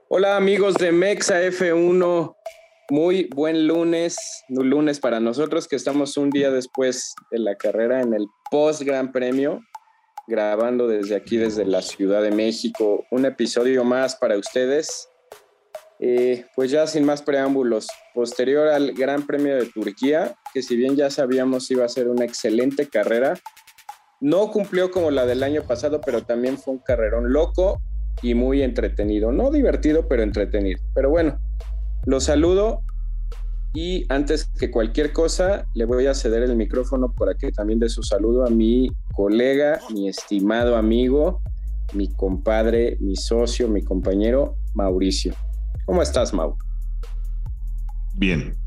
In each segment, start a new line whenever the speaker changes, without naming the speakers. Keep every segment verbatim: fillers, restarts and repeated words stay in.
Hola amigos de Mexa F uno, muy buen lunes, un lunes para nosotros que estamos un día después de la carrera en el post Gran Premio, grabando desde aquí, desde la Ciudad de México, un episodio más para ustedes. Eh, pues ya sin más preámbulos, posterior al Gran Premio de Turquía, que si bien ya sabíamos iba a ser una excelente carrera, no cumplió como la del año pasado, pero también fue un carrerón loco y muy entretenido. No divertido, pero entretenido. Pero bueno, los saludo y antes que cualquier cosa, le voy a ceder el micrófono para que también dé su saludo a mi colega, mi estimado amigo, mi compadre, mi socio, mi compañero, Mauricio. ¿Cómo estás, Mau?
Bien.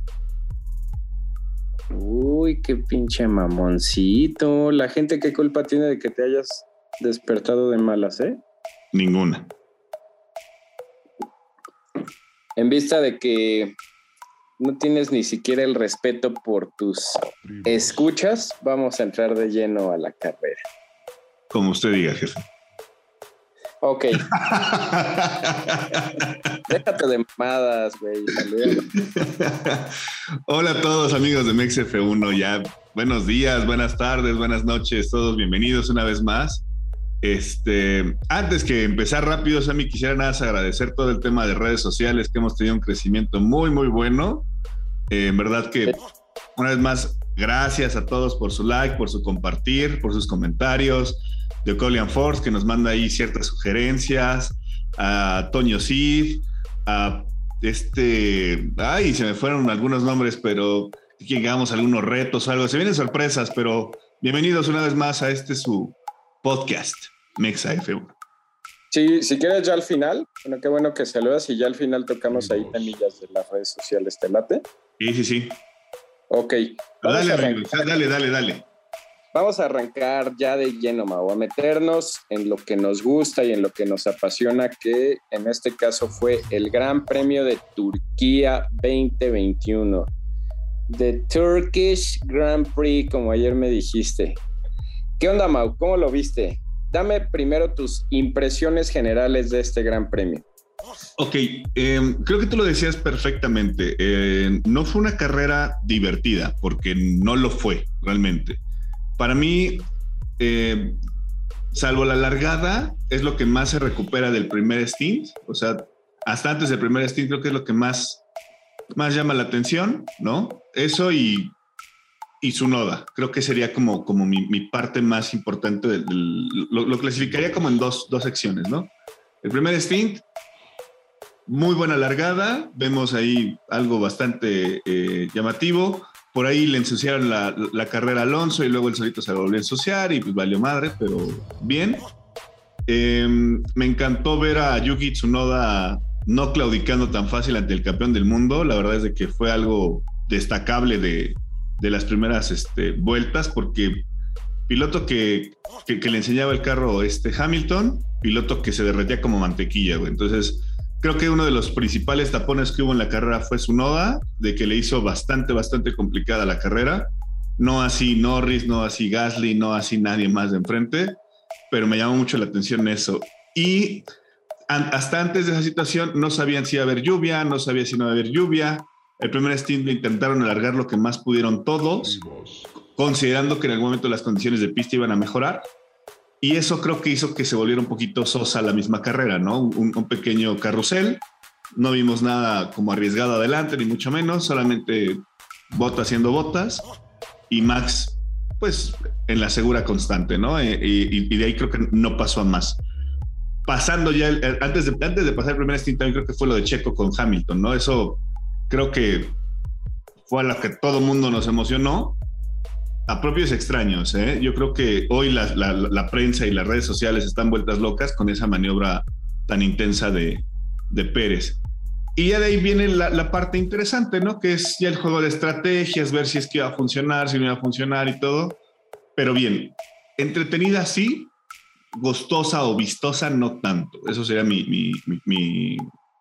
Uy, qué pinche mamoncito. La gente, ¿qué culpa tiene de que te hayas despertado de malas, eh?
Ninguna.
En vista de que no tienes ni siquiera el respeto por tus escuchas, vamos a entrar de lleno a la carrera.
Como usted diga, jefe.
Ok. Déjate de mamadas, güey.
Hola a todos, amigos de Mex F uno. Ya, buenos días, buenas tardes, buenas noches, todos bienvenidos una vez más. Este, antes que empezar rápido, Sammy, quisiera nada más agradecer todo el tema de redes sociales, que hemos tenido un crecimiento muy, muy bueno. Eh, en verdad que, una vez más, gracias a todos por su like, por su compartir, por sus comentarios. De Colian Force, que nos manda ahí ciertas sugerencias, a Toño Cid, a este, ay, se me fueron algunos nombres, pero llegamos a algunos retos o algo, se vienen sorpresas, pero bienvenidos una vez más a este su podcast, Mexa F uno.
Sí, si quieres ya al final, bueno, qué bueno que saludas y ya al final tocamos ahí temillas de las redes sociales, ¿te late?
Sí, sí, sí.
Ok.
Dale, amigo, dale, dale, dale.
Vamos a arrancar ya de lleno, Mau, a meternos en lo que nos gusta y en lo que nos apasiona, que en este caso fue el Gran Premio de Turquía veinte veintiuno. The Turkish Grand Prix, como ayer me dijiste. ¿Qué onda, Mau? ¿Cómo lo viste? Dame primero tus impresiones generales de este Gran Premio.
Ok, eh, creo que tú lo decías perfectamente. Eh, no fue una carrera divertida, porque no lo fue realmente. Para mí, eh, salvo la largada, es lo que más se recupera del primer stint. O sea, hasta antes del primer stint creo que es lo que más, más llama la atención, ¿no? Eso y, y Tsunoda. Creo que sería como, como mi, mi parte más importante. Del, del, lo, lo clasificaría como en dos, dos secciones, ¿no? El primer stint, muy buena largada. Vemos ahí algo bastante eh, llamativo. Por ahí le ensuciaron la, la carrera a Alonso y luego él solito se volvió a ensuciar y pues valió madre, pero bien. Eh, me encantó ver a Yuki Tsunoda no claudicando tan fácil ante el campeón del mundo. La verdad es de que fue algo destacable de, de las primeras este, vueltas, porque piloto que, que, que le enseñaba el carro este Hamilton, piloto que se derretía como mantequilla, güey. Entonces creo que uno de los principales tapones que hubo en la carrera fue Tsunoda, de que le hizo bastante, bastante complicada la carrera. No así Norris, no así Gasly, no así nadie más de enfrente, pero me llamó mucho la atención eso. Y an- hasta antes de esa situación no sabían si iba a haber lluvia, no sabían si no iba a haber lluvia. El primer stint lo intentaron alargar lo que más pudieron todos, considerando que en algún momento las condiciones de pista iban a mejorar. Y eso creo que hizo que se volviera un poquito sosa la misma carrera, ¿no? Un, un pequeño carrusel. No vimos nada como arriesgado adelante, ni mucho menos. Solamente Bottas haciendo botas. Y Max, pues, en la segura constante, ¿no? Y, y, y de ahí creo que no pasó a más. Pasando ya, el, antes, de, antes de pasar el primer stint, también creo que fue lo de Checo con Hamilton, ¿no? Eso creo que fue a lo que todo el mundo nos emocionó. A propios extraños, ¿eh? Yo creo que hoy la, la, la prensa y las redes sociales están vueltas locas con esa maniobra tan intensa de, de Pérez. Y ya de ahí viene la, la parte interesante, ¿no? Que es ya el juego de estrategias, ver si es que iba a funcionar, si no iba a funcionar y todo. Pero bien, entretenida sí, gustosa o vistosa no tanto. Eso sería mi... mi, mi, mi...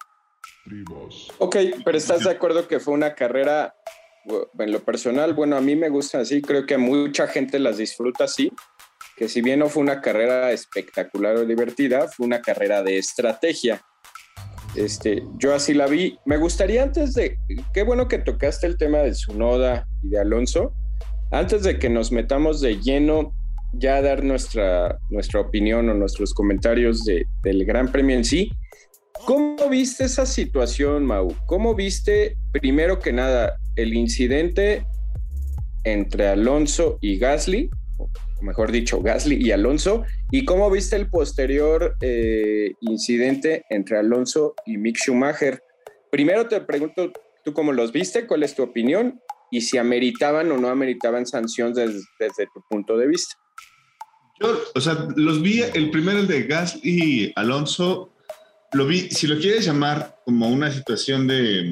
Ok, pero ¿estás de acuerdo que fue una carrera... En lo personal, bueno, a mí me gusta así, creo que mucha gente las disfruta así, que si bien no fue una carrera espectacular o divertida, fue una carrera de estrategia. Este, yo así la vi. Me gustaría antes de... Qué bueno que tocaste el tema de Tsunoda y de Alonso. Antes de que nos metamos de lleno ya a dar nuestra, nuestra opinión o nuestros comentarios de, del Gran Premio en sí, ¿cómo viste esa situación, Mau? ¿Cómo viste, primero que nada, el incidente entre Alonso y Gasly? O mejor dicho, Gasly y Alonso. ¿Y cómo viste el posterior eh, incidente entre Alonso y Mick Schumacher? Primero te pregunto, ¿tú cómo los viste? ¿Cuál es tu opinión? Y si ameritaban o no ameritaban sanción desde, desde tu punto de vista.
Yo, o sea, los vi, el primero, el de Gasly y Alonso, lo vi, si lo quieres llamar como una situación de,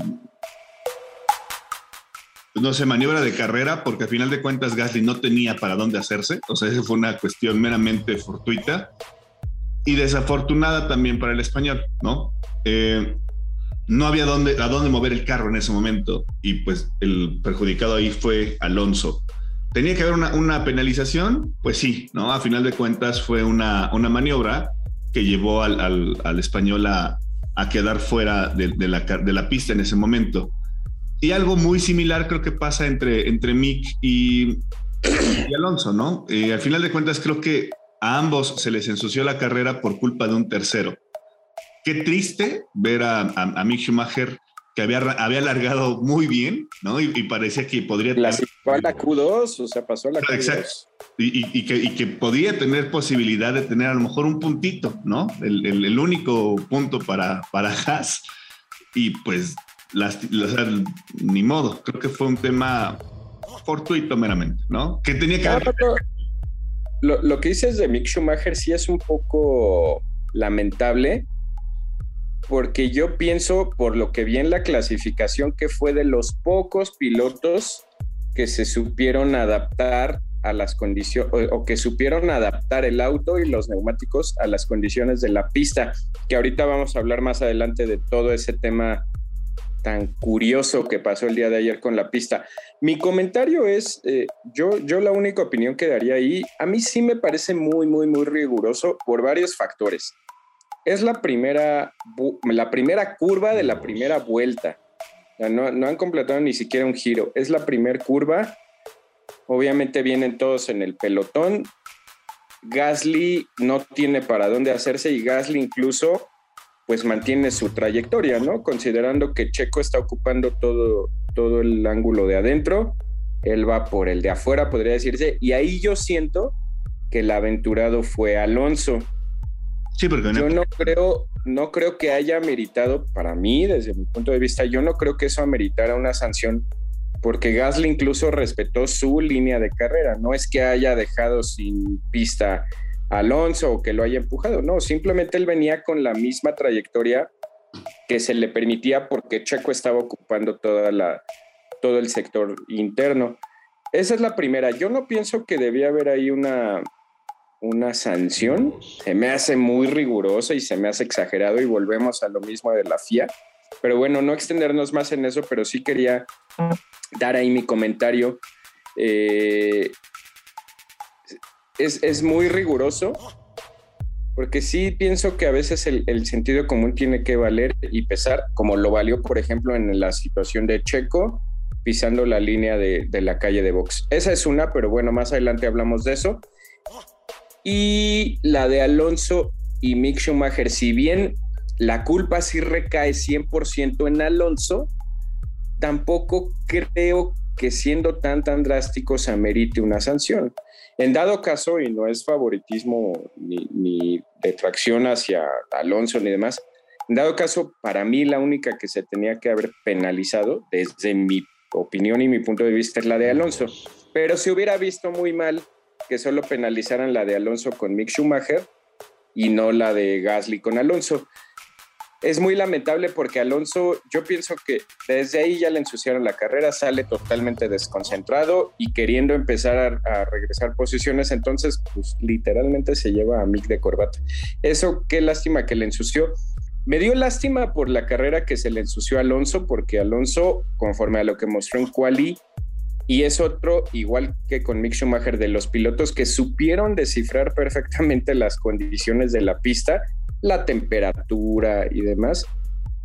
no sé, maniobra de carrera, porque al final de cuentas Gasly no tenía para dónde hacerse, o sea, esa fue una cuestión meramente fortuita y desafortunada también para el español, ¿no? Eh, no había dónde, a dónde mover el carro en ese momento y pues el perjudicado ahí fue Alonso. ¿Tenía que haber una, una penalización? Pues sí, ¿no? A final de cuentas fue una, una maniobra que llevó al, al, al español a, a quedar fuera de, de, la, de la pista en ese momento. Y algo muy similar creo que pasa entre, entre Mick y, y Alonso, ¿no? Eh, al final de cuentas creo que a ambos se les ensució la carrera por culpa de un tercero. Qué triste ver a, a, a Mick Schumacher, que había, había largado muy bien, ¿no? Y, y parecía que podría...
Clasificó a la Q dos, o sea, pasó a la Q dos.
Exacto. Y, y, y, que, y que podía tener posibilidad de tener a lo mejor un puntito, ¿no? El, el, el único punto para, para Haas. Y pues, las, o sea, ni modo. Creo que fue un tema fortuito meramente, ¿no? Que tenía que haber...
Lo, lo que dices de Mick Schumacher sí es un poco lamentable, porque yo pienso, por lo que vi en la clasificación, que fue de los pocos pilotos que se supieron adaptar a las condiciones, o, o que supieron adaptar el auto y los neumáticos a las condiciones de la pista, que ahorita vamos a hablar más adelante de todo ese tema tan curioso que pasó el día de ayer con la pista. Mi comentario es, eh, yo, yo la única opinión que daría ahí, a mí sí me parece muy, muy, muy riguroso por varios factores. Es la primera, la primera curva de la primera vuelta. No, no han completado ni siquiera un giro. Es la primera curva. Obviamente vienen todos en el pelotón. Gasly no tiene para dónde hacerse y Gasly incluso pues mantiene su trayectoria, ¿no? Considerando que Checo está ocupando todo, todo el ángulo de adentro. Él va por el de afuera, podría decirse. Y ahí yo siento que el aventurado fue Alonso.
Sí, porque
yo no creo, no creo que haya meritado, para mí, desde mi punto de vista, yo no creo que eso ameritara una sanción, porque Gasly incluso respetó su línea de carrera. No es que haya dejado sin pista a Alonso o que lo haya empujado, no, simplemente él venía con la misma trayectoria que se le permitía porque Checo estaba ocupando toda la, todo el sector interno. Esa es la primera. Yo no pienso que debía haber ahí una... una sanción, se me hace muy rigurosa y se me hace exagerado y volvemos a lo mismo de la F I A, pero bueno, no extendernos más en eso, pero sí quería dar ahí mi comentario. Eh, es, es muy riguroso porque sí pienso que a veces el, el sentido común tiene que valer y pesar, como lo valió por ejemplo en la situación de Checo pisando la línea de, de la calle de box. Esa es una, pero bueno, más adelante hablamos de eso. Y la de Alonso y Mick Schumacher, si bien la culpa sí recae cien por ciento en Alonso, tampoco creo que siendo tan tan drástico se amerite una sanción. En dado caso, y no es favoritismo ni, ni detracción hacia Alonso ni demás, en dado caso, para mí la única que se tenía que haber penalizado, desde mi opinión y mi punto de vista, es la de Alonso. Pero se hubiera visto muy mal que solo penalizaran la de Alonso con Mick Schumacher y no la de Gasly con Alonso. Es muy lamentable porque Alonso, yo pienso que desde ahí ya le ensuciaron la carrera, sale totalmente desconcentrado y queriendo empezar a, a regresar posiciones, entonces pues literalmente se lleva a Mick de corbata. Eso, qué lástima que le ensució. Me dio lástima por la carrera que se le ensució a Alonso, porque Alonso, conforme a lo que mostró en quali, y es otro, igual que con Mick Schumacher, de los pilotos que supieron descifrar perfectamente las condiciones de la pista, la temperatura y demás,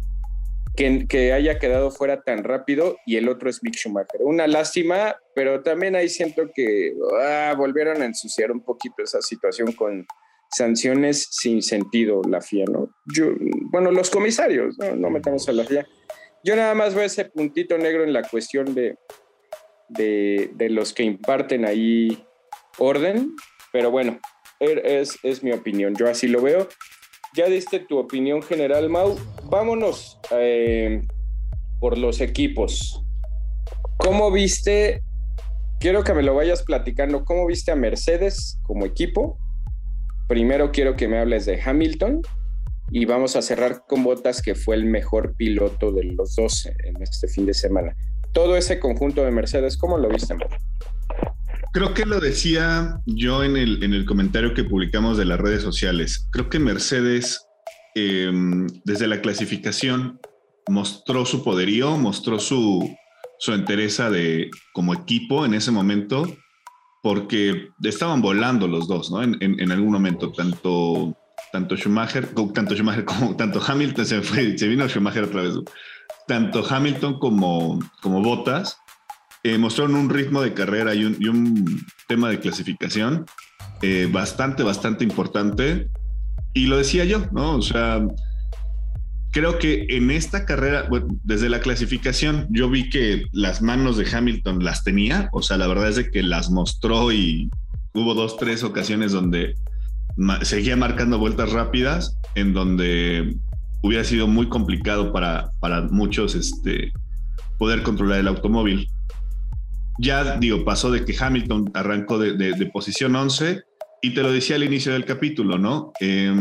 que, que haya quedado fuera tan rápido y el otro es Mick Schumacher. Una lástima, pero también ahí siento que ah, volvieron a ensuciar un poquito esa situación con sanciones sin sentido la F I A, ¿no? Yo, bueno, los comisarios, no, no metamos a la F I A. Yo nada más veo ese puntito negro en la cuestión de, de, de los que imparten ahí orden, pero bueno, es, es mi opinión, yo así lo veo. Ya diste tu opinión general, Mau. Vámonos eh, por los equipos. ¿Cómo viste? Quiero que me lo vayas platicando. ¿Cómo viste a Mercedes como equipo? Primero quiero que me hables de Hamilton y vamos a cerrar con Bottas, que fue el mejor piloto de los dos en este fin de semana. Todo ese conjunto de Mercedes, ¿cómo lo viste, Mau?
Creo que lo decía yo en el, en el comentario que publicamos de las redes sociales. Creo que Mercedes, eh, desde la clasificación, mostró su poderío, mostró su, su entereza de, como equipo en ese momento, porque estaban volando los dos, ¿no? En, en, en algún momento, tanto, tanto, Schumacher, tanto Schumacher como tanto Hamilton, se, fue, se vino Schumacher otra vez, tanto Hamilton como, como Bottas, Eh, mostraron un ritmo de carrera y un, y un tema de clasificación eh, bastante, bastante importante. Y lo decía yo, ¿no? O sea, creo que en esta carrera, bueno, desde la clasificación, yo vi que las manos de Hamilton las tenía. O sea, la verdad es de que las mostró y hubo dos, tres ocasiones donde ma- seguía marcando vueltas rápidas, en donde hubiera sido muy complicado para, para muchos este, poder controlar el automóvil. Ya, digo, pasó de que Hamilton arrancó de, de, de posición once y te lo decía al inicio del capítulo, ¿no? Eh,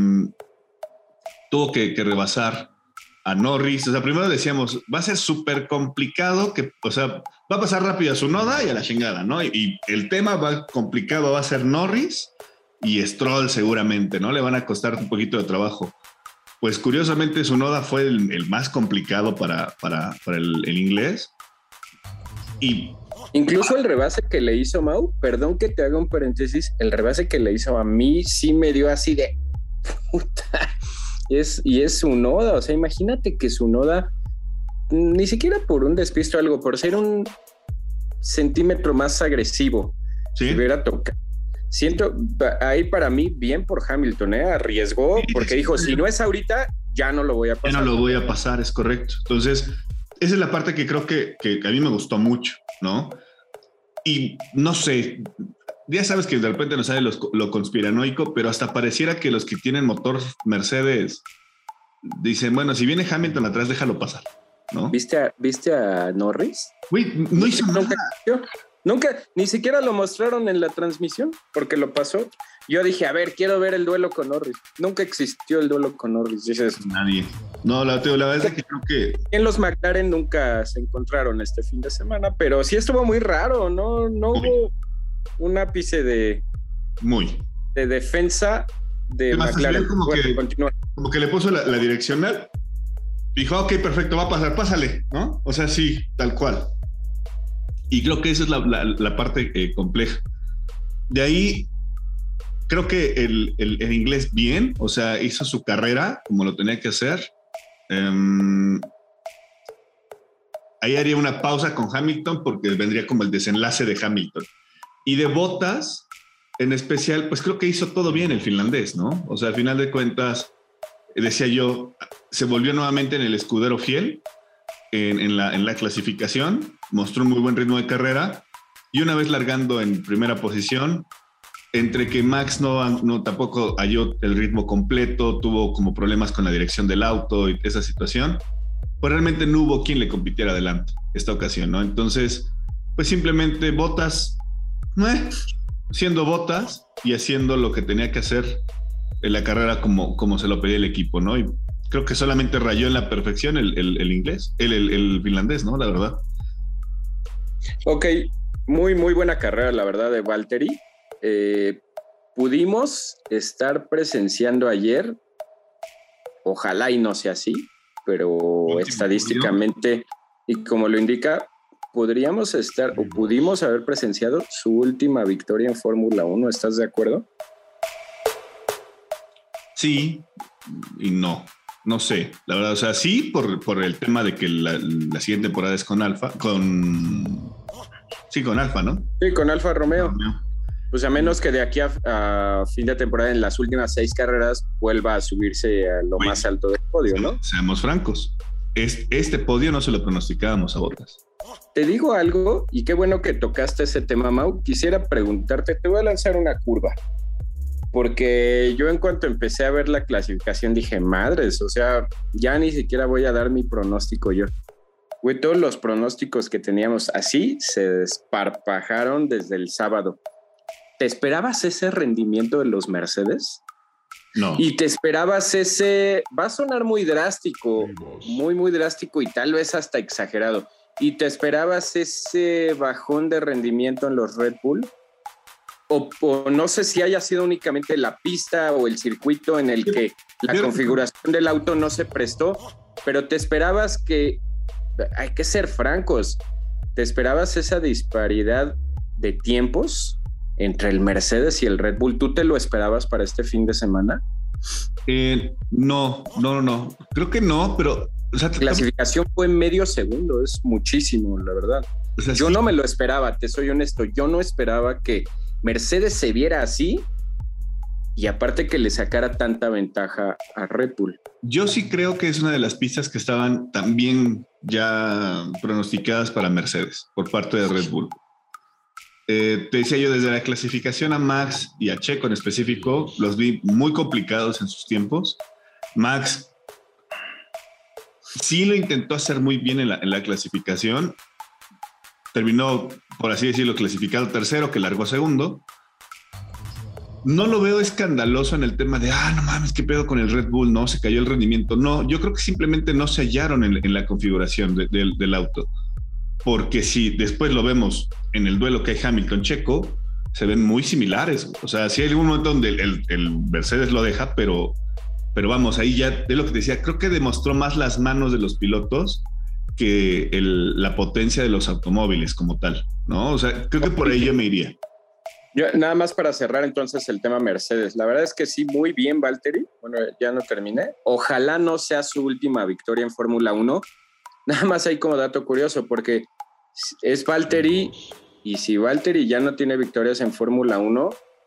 tuvo que, que rebasar a Norris. O sea, primero decíamos, va a ser súper complicado, que, o sea, va a pasar rápido a Tsunoda y a la chingada, ¿no? Y, y el tema va complicado, va a ser Norris y Stroll seguramente, ¿no? Le van a costar un poquito de trabajo. Pues curiosamente Tsunoda fue el, el más complicado para, para, para el, el inglés. Y
incluso el rebase que le hizo Mau, perdón que te haga un paréntesis, el rebase que le hizo a mí sí me dio así de puta. Es, y es Tsunoda, o sea, imagínate que Tsunoda, ni siquiera por un despisto o algo, por ser un centímetro más agresivo, ¿sí? Si hubiera tocado. Siento, ahí para mí, bien por Hamilton, ¿eh? Arriesgó, porque dijo, si no es ahorita, ya no lo voy a pasar.
Ya no lo voy a pasar, es correcto. Entonces, esa es la parte que creo que, que, que a mí me gustó mucho, ¿no? Y no sé, ya sabes que de repente nos sale los, lo conspiranoico, pero hasta pareciera que los que tienen motor Mercedes dicen, bueno, si viene Hamilton atrás, déjalo pasar, ¿no?
¿Viste a, ¿viste a Norris?
Güey, no hizo nada.
Nunca, nunca, ni siquiera lo mostraron en la transmisión, porque lo pasó. Yo dije, a ver, quiero ver el duelo con Norris. Nunca existió el duelo con Norris. Dices,
nadie. No, la, la verdad es que creo que...
En los McLaren nunca se encontraron este fin de semana, pero sí estuvo muy raro, ¿no? No muy. Hubo un ápice de...
Muy.
De defensa de
Además,
McLaren.
Como,
bueno,
que,
continúa.
como que le puso la, la direccional. Dijo, ok, perfecto, va a pasar, pásale, ¿no? O sea, sí, tal cual. Y creo que esa es la, la, la parte eh, compleja. De ahí... Creo que el, el, el inglés bien, o sea, hizo su carrera como lo tenía que hacer. Um, ahí haría una pausa con Hamilton porque vendría como el desenlace de Hamilton. Y de Bottas, en especial, pues creo que hizo todo bien el finlandés, ¿no? O sea, al final de cuentas, decía yo, se volvió nuevamente en el escudero fiel en, en, la, en la clasificación, mostró un muy buen ritmo de carrera y una vez largando en primera posición, entre que Max no, no tampoco halló el ritmo completo, tuvo como problemas con la dirección del auto y esa situación, pues realmente no hubo quien le compitiera adelante esta ocasión, ¿no? Entonces, pues simplemente Bottas, eh, siendo Bottas y haciendo lo que tenía que hacer en la carrera como, como se lo pedía el equipo, ¿no? Y creo que solamente rayó en la perfección el, el, el inglés, el, el, el finlandés, ¿no? La verdad.
Ok, muy, muy buena carrera, la verdad, de Valtteri. Eh, pudimos estar presenciando ayer, ojalá y no sea así, pero último estadísticamente video. Y como lo indica, podríamos estar o pudimos haber presenciado su última victoria en Fórmula uno. ¿Estás de acuerdo?
Sí y no. No sé, la verdad, o sea, sí por, por el tema de que la, la siguiente temporada es con Alfa, con... Sí, con Alfa, ¿no?
Sí, con Alfa Romeo.
Romeo.
Pues a menos que de aquí a, a fin de temporada, en las últimas seis carreras, vuelva a subirse a lo
Oye,
más alto del podio, ¿no?
Seamos francos, es, este podio no se lo pronosticábamos a Bottas.
Te digo algo, y qué bueno que tocaste ese tema, Mau. Quisiera preguntarte, te voy a lanzar una curva. Porque yo en cuanto empecé a ver la clasificación dije, madres, o sea, ya ni siquiera voy a dar mi pronóstico yo. Güey, todos los pronósticos que teníamos así se desparpajaron desde el sábado. ¿Te esperabas ese rendimiento de los Mercedes?
No.
Y te esperabas ese, va a sonar muy drástico, muy, muy drástico y tal vez hasta exagerado. ¿Y te esperabas ese bajón de rendimiento en los Red Bull? O, o no sé si haya sido únicamente la pista o el circuito en el que la
Yo,
configuración del auto no se prestó, pero te esperabas que, hay que ser francos, te esperabas esa disparidad de tiempos entre el Mercedes y el Red Bull. ¿Tú te lo esperabas para este fin de semana?
Eh, no, no, no, creo que no, pero... O sea,
la clasificación fue medio segundo, es muchísimo, la verdad.
O sea,
yo
sí.
no me lo esperaba, te soy honesto, yo no esperaba que Mercedes se viera así y aparte que le sacara tanta ventaja a Red Bull.
Yo sí creo que es una de las pistas que estaban también ya pronosticadas para Mercedes por parte de Red Bull. Eh, te decía yo, desde la clasificación a Max y a Checo en específico, los vi muy complicados en sus tiempos. Max sí lo intentó hacer muy bien en la, en la clasificación. Terminó, por así decirlo, clasificado tercero, que largó segundo. No lo veo escandaloso en el tema de, ah, no mames, qué pedo con el Red Bull, no, se cayó el rendimiento. No, yo creo que simplemente no se hallaron en, en la configuración de, de, del auto. Porque si después lo vemos en el duelo que hay Hamilton-Checo, se ven muy similares. O sea, sí hay algún momento donde el, el, el Mercedes lo deja, pero, pero vamos, ahí ya de lo que te decía, creo que demostró más las manos de los pilotos que el, la potencia de los automóviles como tal, ¿no? O sea, creo que por ahí yo me iría.
Yo, nada más para cerrar entonces el tema Mercedes. La verdad es que sí, muy bien Valtteri. Bueno, ya no terminé. Ojalá no sea su última victoria en Fórmula uno. Nada más hay como dato curioso, porque es Valtteri, y si Valtteri ya no tiene victorias en Fórmula uno,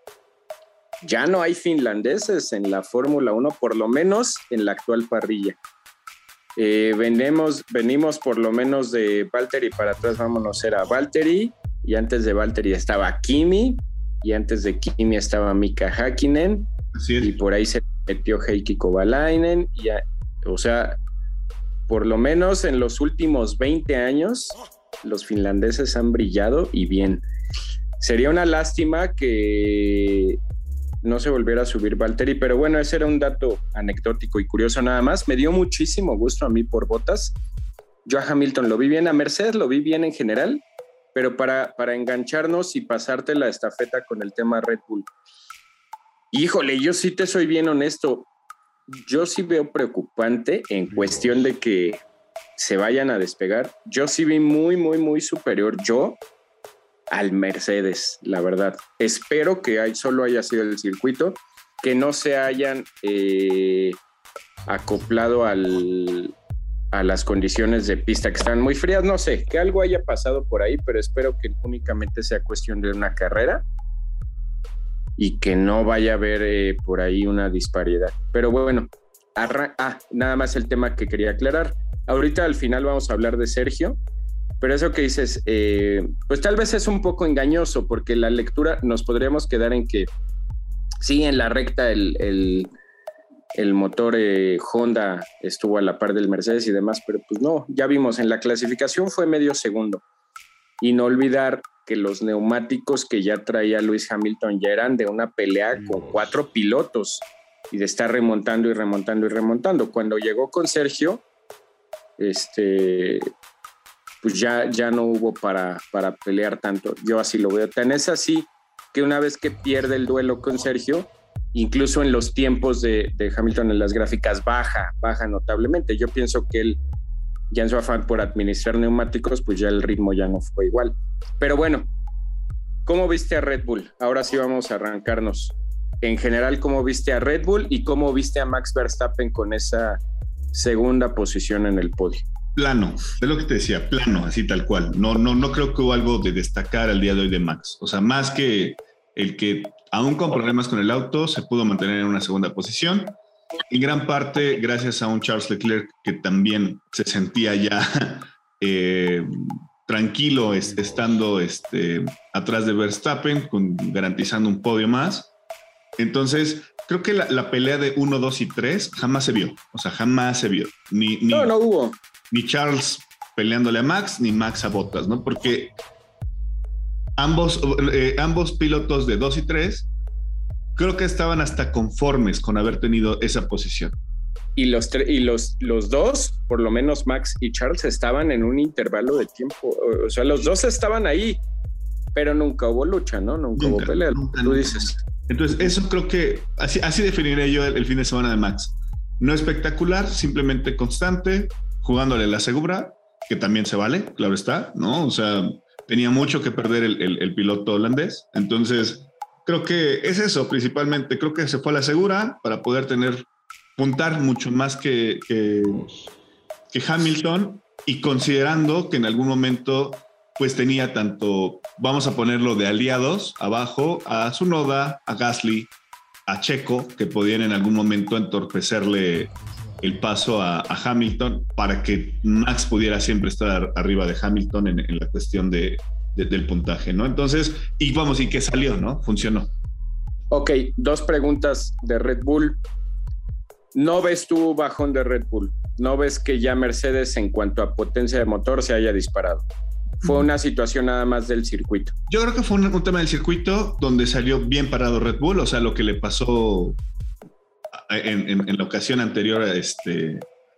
ya no hay finlandeses en la Fórmula uno, por lo menos en la actual parrilla. Eh, venimos, venimos por lo menos de Valtteri para atrás, vámonos, era Valtteri, y antes de Valtteri estaba Kimi, y antes de Kimi estaba Mika Häkkinen, y por ahí se metió Heikki Kovalainen, y a, o sea, por lo menos en los últimos veinte años, los finlandeses han brillado y bien. Sería una lástima que no se volviera a subir Valtteri, pero bueno, ese era un dato anecdótico y curioso nada más. Me dio muchísimo gusto a mí por Bottas. Yo a Hamilton lo vi bien, a Mercedes lo vi bien en general, pero para, para engancharnos y pasarte la estafeta con el tema Red Bull. Híjole, yo sí te soy bien honesto. Yo sí veo preocupante en cuestión de que se vayan a despegar. Yo sí vi muy, muy, muy superior yo al Mercedes, la verdad. Espero que hay, solo haya sido el circuito, que no se hayan eh, acoplado al, a las condiciones de pista que están muy frías. No sé, que algo haya pasado por ahí, pero espero que únicamente sea cuestión de una carrera y que no vaya a haber eh, por ahí una disparidad. Pero bueno, arran- ah, nada más el tema que quería aclarar. Ahorita al final vamos a hablar de Sergio, pero eso que dices, eh, pues tal vez es un poco engañoso, porque la lectura nos podríamos quedar en que sí, en la recta el, el, el motor eh, Honda estuvo a la par del Mercedes y demás, pero pues no, ya vimos, en la clasificación fue medio segundo. Y no olvidar que los neumáticos que ya traía Lewis Hamilton ya eran de una pelea con cuatro pilotos y de estar remontando y remontando y remontando. Cuando llegó con Sergio, este, pues ya, ya no hubo para, para pelear tanto. Yo así lo veo. Tan es así que una vez que pierde el duelo con Sergio, incluso en los tiempos de, de Hamilton en las gráficas baja, baja notablemente. Yo pienso que él, ya en su afán por administrar neumáticos, pues ya el ritmo ya no fue igual. Pero bueno, ¿cómo viste a Red Bull? Ahora sí vamos a arrancarnos. En general, ¿cómo viste a Red Bull y cómo viste a Max Verstappen con esa segunda posición en el podio.
Plano, es lo que te decía, plano, así tal cual. No, no, no creo que hubo algo de destacar al día de hoy de Max. O sea, más que el que, aún con problemas con el auto, se pudo mantener en una segunda posición. En gran parte, gracias a un Charles Leclerc que también se sentía ya eh, tranquilo es, estando este, atrás de Verstappen, con, garantizando un podio más. Entonces, creo que la, la pelea de uno, dos y tres jamás se vio. O sea, jamás se vio. Ni, ni,
no, no hubo.
Ni Charles peleándole a Max, ni Max a Bottas, ¿no? Porque ambos, eh, ambos pilotos de dos y tres creo que estaban hasta conformes con haber tenido esa posición.
Y los, y los, los dos, por lo menos Max y Charles, estaban en un intervalo de tiempo. O sea, los dos estaban ahí, pero nunca hubo lucha, ¿no? Nunca, nunca hubo pelea, nunca, tú nunca. dices.
Entonces, eso creo que, así, así definiré yo el, el fin de semana de Max. No espectacular, simplemente constante, jugándole la segura, que también se vale, claro está, ¿no? O sea, tenía mucho que perder el, el, el piloto holandés. Entonces, creo que es eso principalmente. Creo que se fue a la segura para poder tener, puntar mucho más que, que, que Hamilton, y considerando que en algún momento pues tenía tanto, vamos a ponerlo de aliados abajo, a Tsunoda, a Gasly, a Checo, que podían en algún momento entorpecerle el paso a, a Hamilton para que Max pudiera siempre estar arriba de Hamilton en, en la cuestión de, de, del puntaje, ¿no? Entonces, y vamos, y que salió, ¿no? Funcionó.
Ok, dos preguntas de Red Bull. ¿No ves tú bajón de Red Bull? ¿No ves que ya Mercedes en cuanto a potencia de motor se haya disparado? ¿Fue una situación nada más del circuito?
Yo creo que fue un, un tema del circuito donde salió bien parado Red Bull, o sea, lo que le pasó en, en, en la ocasión anterior a, este,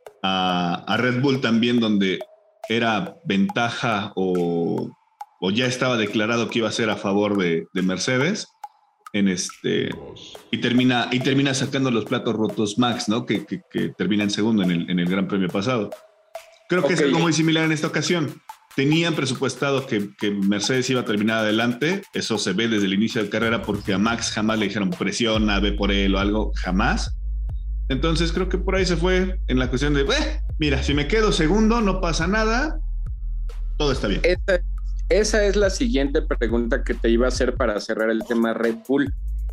a, a Red Bull también, donde era ventaja o, o ya estaba declarado que iba a ser a favor de, de Mercedes, en este, y, termina, y termina sacando los platos rotos Max, ¿no? Que, que, que termina en segundo en el, en el Gran Premio pasado. Creo que okay. Es algo muy similar en esta ocasión. Tenían presupuestado que, que Mercedes iba a terminar adelante. Eso se ve desde el inicio de carrera, porque a Max jamás le dijeron presiona, ve por él o algo, jamás. Entonces creo que por ahí se fue en la cuestión de, eh, mira, si me quedo segundo, no pasa nada, todo está bien.
Esa, esa es la siguiente pregunta que te iba a hacer para cerrar el tema Red Bull.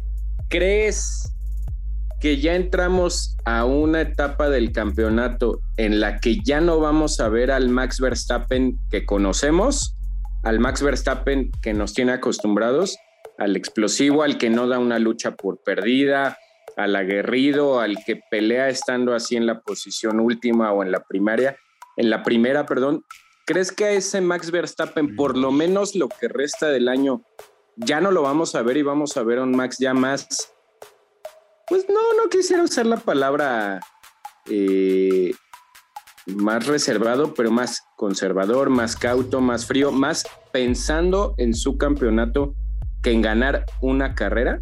¿Crees que ya entramos a una etapa del campeonato en la que ya no vamos a ver al Max Verstappen que conocemos, al Max Verstappen que nos tiene acostumbrados, al explosivo, al que no da una lucha por perdida, al aguerrido, al que pelea estando así en la posición última o en la primaria, en la primera, perdón? ¿Crees que a ese Max Verstappen, por lo menos lo que resta del año, ya no lo vamos a ver y vamos a ver a un Max ya más... Pues no, no quisiera usar la palabra eh, más reservado, pero más conservador, más cauto, más frío, más pensando en su campeonato que en ganar una carrera?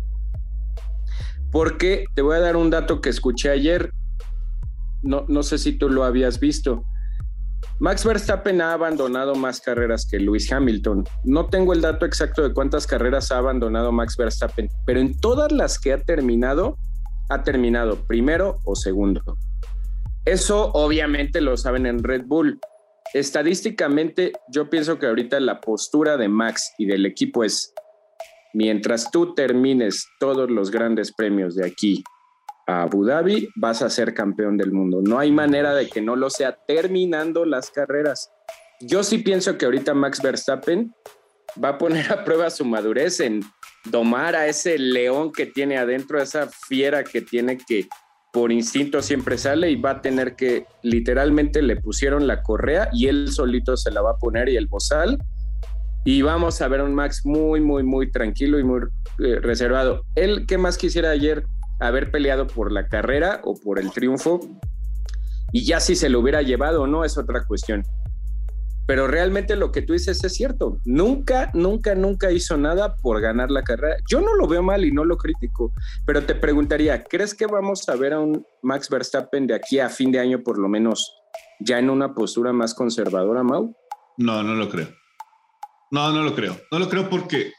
Porque te voy a dar un dato que escuché ayer, no, no sé si tú lo habías visto. Max Verstappen ha abandonado más carreras que Lewis Hamilton. No tengo el dato exacto de cuántas carreras ha abandonado Max Verstappen, pero en todas las que ha terminado, ha terminado primero o segundo. Eso obviamente lo saben en Red Bull. Estadísticamente, yo pienso que ahorita la postura de Max y del equipo es: mientras tú termines todos los grandes premios de aquí a Abu Dhabi, vas a ser campeón del mundo. No hay manera de que no lo sea terminando las carreras. Yo sí pienso que ahorita Max Verstappen va a poner a prueba su madurez en domar a ese león que tiene adentro, a esa fiera que tiene, que por instinto siempre sale, y va a tener que, literalmente le pusieron la correa y él solito se la va a poner, y el bozal, y vamos a ver a un Max muy, muy, muy tranquilo y muy eh, reservado. Él, ¿qué más quisiera ayer? Haber peleado por la carrera o por el triunfo, y ya si se lo hubiera llevado o no es otra cuestión. Pero realmente lo que tú dices es cierto. Nunca, nunca, nunca hizo nada por ganar la carrera. Yo no lo veo mal y no lo critico, pero te preguntaría, ¿crees que vamos a ver a un Max Verstappen de aquí a fin de año, por lo menos, ya en una postura más conservadora, Mau?
No, no lo creo. No, no lo creo. No lo creo porque,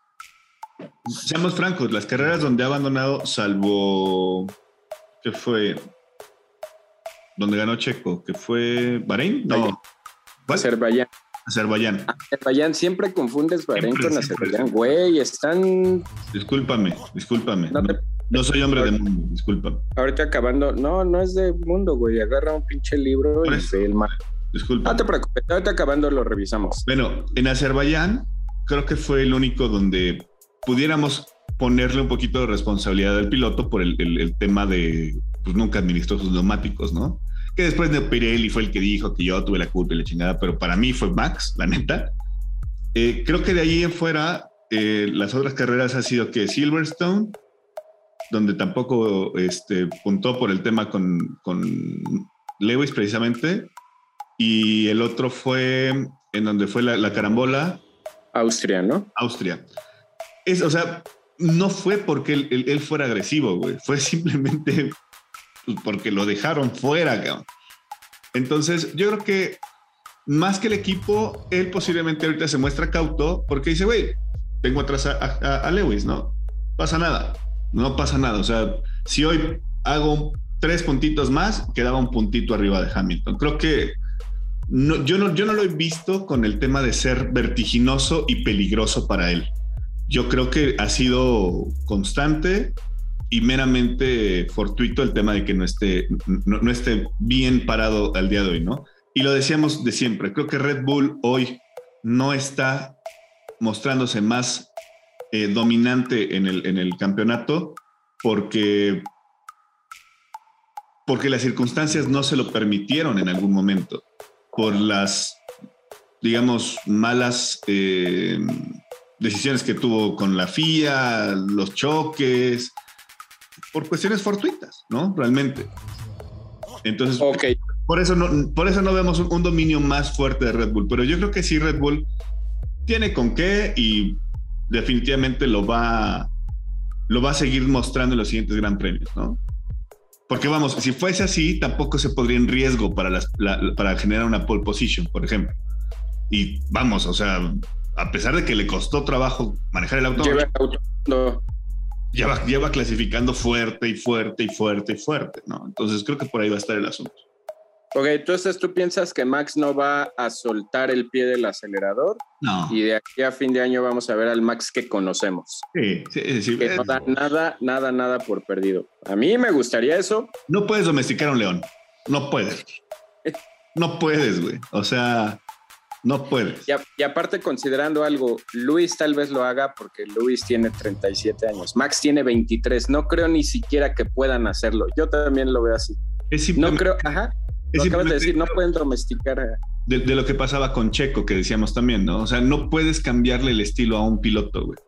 seamos francos, las carreras donde ha abandonado, salvo que fue donde ganó Checo, que fue Bahrein, no.
Azerbaiyán.
Azerbaiyán.
Azerbaiyán, siempre confundes Bahrein con Azerbaiyán, güey, están...
Discúlpame, discúlpame.
No, te...
no soy hombre ahorita, de mundo, discúlpame.
Ahorita acabando, no, no es de mundo, güey, agarra un pinche libro y ve el mar.
Disculpa.
No te preocupes, ahorita acabando lo revisamos.
Bueno, en Azerbaiyán creo que fue el único donde pudiéramos ponerle un poquito de responsabilidad al piloto por el, el, el tema de, pues nunca administró sus neumáticos, ¿no? Que después de Pirelli fue el que dijo que yo tuve la culpa y la chingada, pero para mí fue Max, la neta. Eh, creo que de ahí en fuera, eh, las otras carreras ha sido que Silverstone, donde tampoco este, puntó por el tema con, con Lewis precisamente, y el otro fue en donde fue la, la carambola.
Austria, ¿no?
Austria. Es, o sea, no fue porque él, él, él fuera agresivo, güey, fue simplemente... porque lo dejaron fuera, cabrón. Entonces, yo creo que más que el equipo, él posiblemente ahorita se muestra cauto porque dice, güey, tengo atrás a, a, a Lewis, ¿no? Pasa nada, no pasa nada. O sea, si hoy hago tres puntitos más, quedaba un puntito arriba de Hamilton. Creo que no, yo, no, yo no lo he visto con el tema de ser vertiginoso y peligroso para él. Yo creo que ha sido constante y meramente fortuito el tema de que no esté, no, no esté bien parado al día de hoy, ¿no? Y lo decíamos de siempre, creo que Red Bull hoy no está mostrándose más eh, dominante en el, en el campeonato porque, porque las circunstancias no se lo permitieron en algún momento, por las, digamos, malas eh, decisiones que tuvo con la F I A, los choques, por cuestiones fortuitas, ¿no? Realmente. Entonces,
okay.
por eso no, por eso no vemos un, un dominio más fuerte de Red Bull, pero yo creo que sí Red Bull tiene con qué y definitivamente lo va, lo va a seguir mostrando en los siguientes Gran Premios, ¿no? Porque vamos, si fuese así, tampoco se podría en riesgo para, las, la, para generar una pole position, por ejemplo. Y vamos, o sea, a pesar de que le costó trabajo manejar el auto,
Lleva el auto. No.
Lleva, lleva clasificando fuerte y fuerte y fuerte y fuerte, ¿no? Entonces creo que por ahí va a estar el asunto.
Ok, entonces tú piensas que Max no va a soltar el pie del acelerador.
No.
Y de aquí a fin de año vamos a ver al Max que conocemos.
Sí, sí, sí.
Que no da nada, nada, nada por perdido. A mí me gustaría eso.
No puedes domesticar a un león. No puedes. No puedes, güey. O sea... No puedes.
Y, a, y aparte, considerando algo, Luis tal vez lo haga porque Luis tiene treinta y siete años, Max tiene veintitrés. No creo ni siquiera que puedan hacerlo. Yo también lo veo así.
Es
no creo, ajá. Lo acabas de decir, no pueden domesticar. A...
De, de lo que pasaba con Checo, que decíamos también, ¿no? O sea, no puedes cambiarle el estilo a un piloto, güey.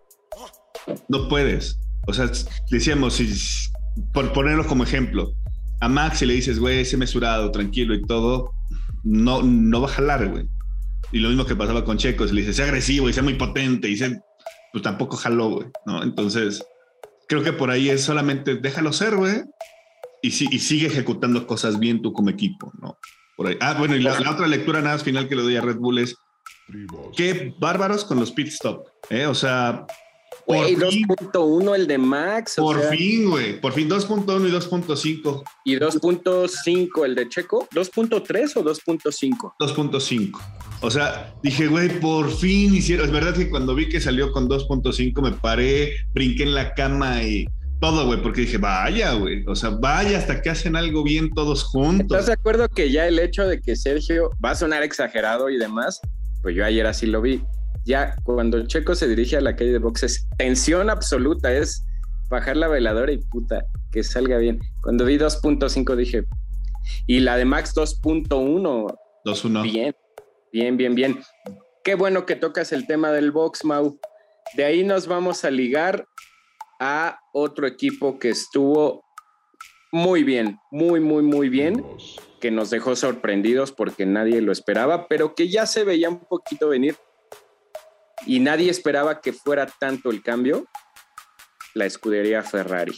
No puedes. O sea, decíamos, si, por ponerlo como ejemplo, a Max si le dices, güey, sé mesurado, tranquilo y todo, no, no va a jalar, güey. Y lo mismo que pasaba con Checo, se le dice, sea agresivo y sea muy potente, y sea, pues tampoco jaló, güey, ¿no? Entonces, creo que por ahí es solamente déjalo ser, güey, y, si, y sigue ejecutando cosas bien tú como equipo, ¿no? Por ahí. Ah, bueno, y la, la otra lectura nada más final que le doy a Red Bull es, qué bárbaros con los pit stop, ¿eh? O sea...
Güey, dos punto uno el de Max.
Por
o sea,
fin, güey. Por fin dos punto uno y dos punto cinco.
¿Y dos punto cinco el de Checo? ¿dos punto tres o dos punto cinco?
dos punto cinco. O sea, dije, güey, por fin hicieron. Es verdad que cuando vi que salió con dos punto cinco me paré, brinqué en la cama y todo, güey, porque dije, vaya, güey. O sea, vaya hasta que hacen algo bien todos juntos.
¿Estás de acuerdo que ya el hecho de que Sergio va a sonar exagerado y demás? Pues yo ayer así lo vi. Ya cuando Checo se dirige a la calle de boxes, tensión absoluta, es bajar la veladora y puta, que salga bien. Cuando vi dos punto cinco dije, y la de Max dos punto uno.
dos uno.
Bien, bien, bien, bien. Qué bueno que tocas el tema del box, Mau. De ahí nos vamos a ligar a otro equipo que estuvo muy bien, muy, muy, muy bien, que nos dejó sorprendidos porque nadie lo esperaba, pero que ya se veía un poquito venir. Y nadie esperaba que fuera tanto el cambio, la escudería Ferrari.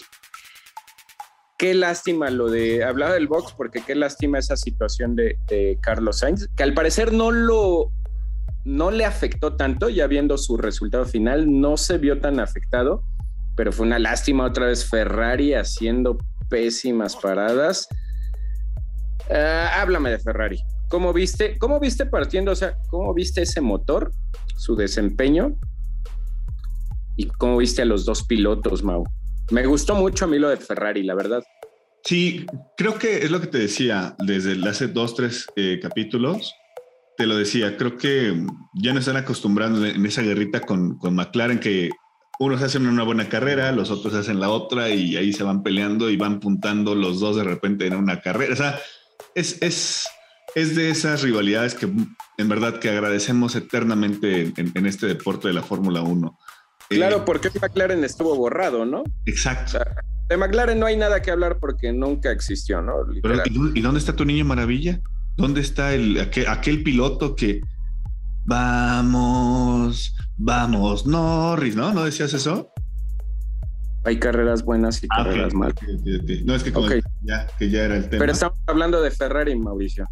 Qué lástima lo de... Hablaba del box porque qué lástima esa situación de, de Carlos Sainz, que al parecer no lo... no le afectó tanto, ya viendo su resultado final, no se vio tan afectado, pero fue una lástima otra vez Ferrari haciendo pésimas paradas. Uh, háblame de Ferrari. ¿Cómo viste, cómo viste partiendo, o sea, cómo viste ese motor, su desempeño? ¿Y cómo viste a los dos pilotos, Mau? Me gustó mucho a mí lo de Ferrari, la verdad.
Sí, creo que es lo que te decía desde hace dos, tres eh, capítulos. Te lo decía, creo que ya no están acostumbrando en esa guerrita con, con McLaren, que unos hacen una buena carrera, los otros hacen la otra y ahí se van peleando y van puntando los dos de repente en una carrera. O sea, es, es, es de esas rivalidades que en verdad que agradecemos eternamente en, en este deporte de la Fórmula uno.
Claro,
eh,
porque McLaren estuvo borrado, ¿no?
Exacto.
O sea, de McLaren no hay nada que hablar porque nunca existió, ¿no?
Pero, ¿y, ¿y dónde está tu niño maravilla? ¿Dónde está el, aquel, aquel piloto que vamos, vamos, Norris, ¿no? ¿No decías eso?
Hay carreras buenas y
ah,
carreras
okay,
malas.
Okay, okay, okay. No, es que, como okay. ya, que ya era el tema.
Pero estamos hablando de Ferrari, Mauricio.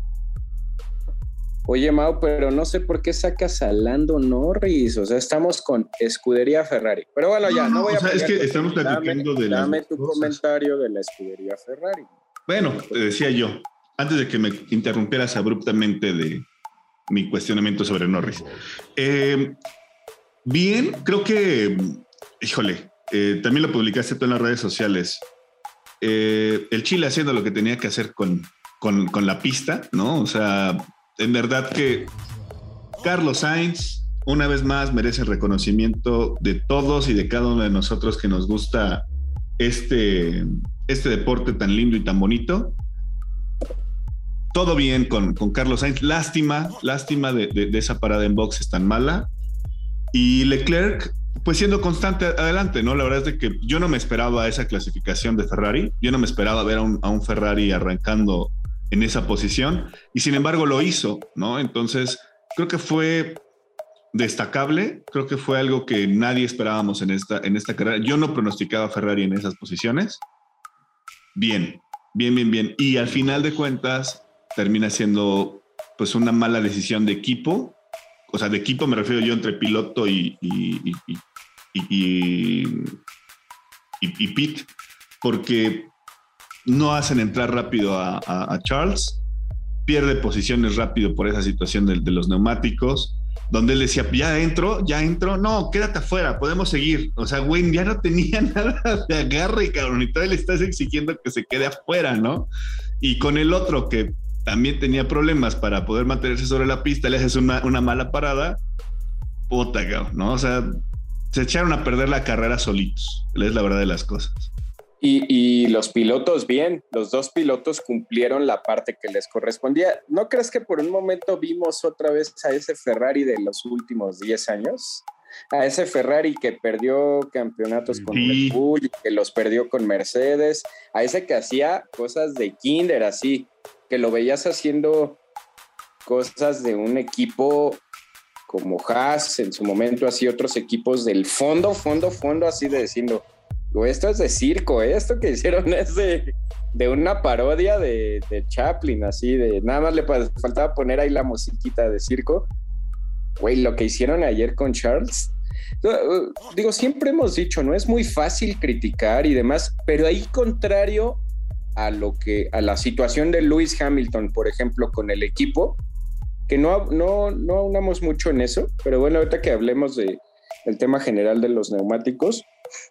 Oye, Mau, pero no sé por qué sacas a Lando Norris. O sea, estamos con escudería Ferrari. Pero bueno, ya, no, no voy a...
O sea, es que estamos platicando
dame,
de las
Dame tu
cosas.
comentario de la escudería Ferrari.
Bueno, te decía yo, antes de que me interrumpieras abruptamente de mi cuestionamiento sobre Norris. Eh, bien, creo que, híjole, eh, también lo publicaste tú en las redes sociales. Eh, el Chile haciendo lo que tenía que hacer con, con, con la pista, ¿no? O sea, en verdad que Carlos Sainz, una vez más, merece el reconocimiento de todos y de cada uno de nosotros que nos gusta este, este deporte tan lindo y tan bonito. Todo bien con, con Carlos Sainz. Lástima, lástima de, de, de esa parada en boxes tan mala. Y Leclerc, pues siendo constante adelante, ¿no? La verdad es de que yo no me esperaba esa clasificación de Ferrari. Yo no me esperaba ver a un, a un Ferrari arrancando en esa posición. Y sin embargo lo hizo, ¿no? Entonces, creo que fue destacable. Creo que fue algo que nadie esperábamos en esta, en esta carrera. Yo no pronosticaba a Ferrari en esas posiciones. Bien, bien, bien, bien. Y al final de cuentas termina siendo pues una mala decisión de equipo. O sea, de equipo me refiero yo entre piloto y, y, y, y, y, y, y Pit, porque no hacen entrar rápido a, a, a Charles, pierde posiciones rápido por esa situación de, de los neumáticos, donde él decía, ya entro, ya entro, no, quédate afuera, podemos seguir. O sea, güey, ya no tenía nada de agarre, cabrón, y todavía le estás exigiendo que se quede afuera, ¿no? Y con el otro que también tenía problemas para poder mantenerse sobre la pista, le haces una, una mala parada, puta, cabrón, ¿no? O sea, se echaron a perder la carrera solitos, es la verdad de las cosas.
Y, y los pilotos bien, los dos pilotos cumplieron la parte que les correspondía. ¿No crees que por un momento vimos otra vez a ese Ferrari de los últimos diez años? A ese Ferrari que perdió campeonatos con
sí.
Red Bull y que los perdió con Mercedes, a ese que hacía cosas de kinder así, que lo veías haciendo cosas de un equipo como Haas en su momento, así otros equipos del fondo, fondo, fondo, así de diciendo, esto es de circo, ¿eh? Esto que hicieron es de, de una parodia de, de Chaplin, así de nada más le faltaba poner ahí la musiquita de circo. Güey, lo que hicieron ayer con Charles, digo, siempre hemos dicho, no es muy fácil criticar y demás, pero ahí contrario a lo que a la situación de Lewis Hamilton, por ejemplo, con el equipo, que no, no, no aunamos mucho en eso, pero bueno, ahorita que hablemos de, del tema general de los neumáticos,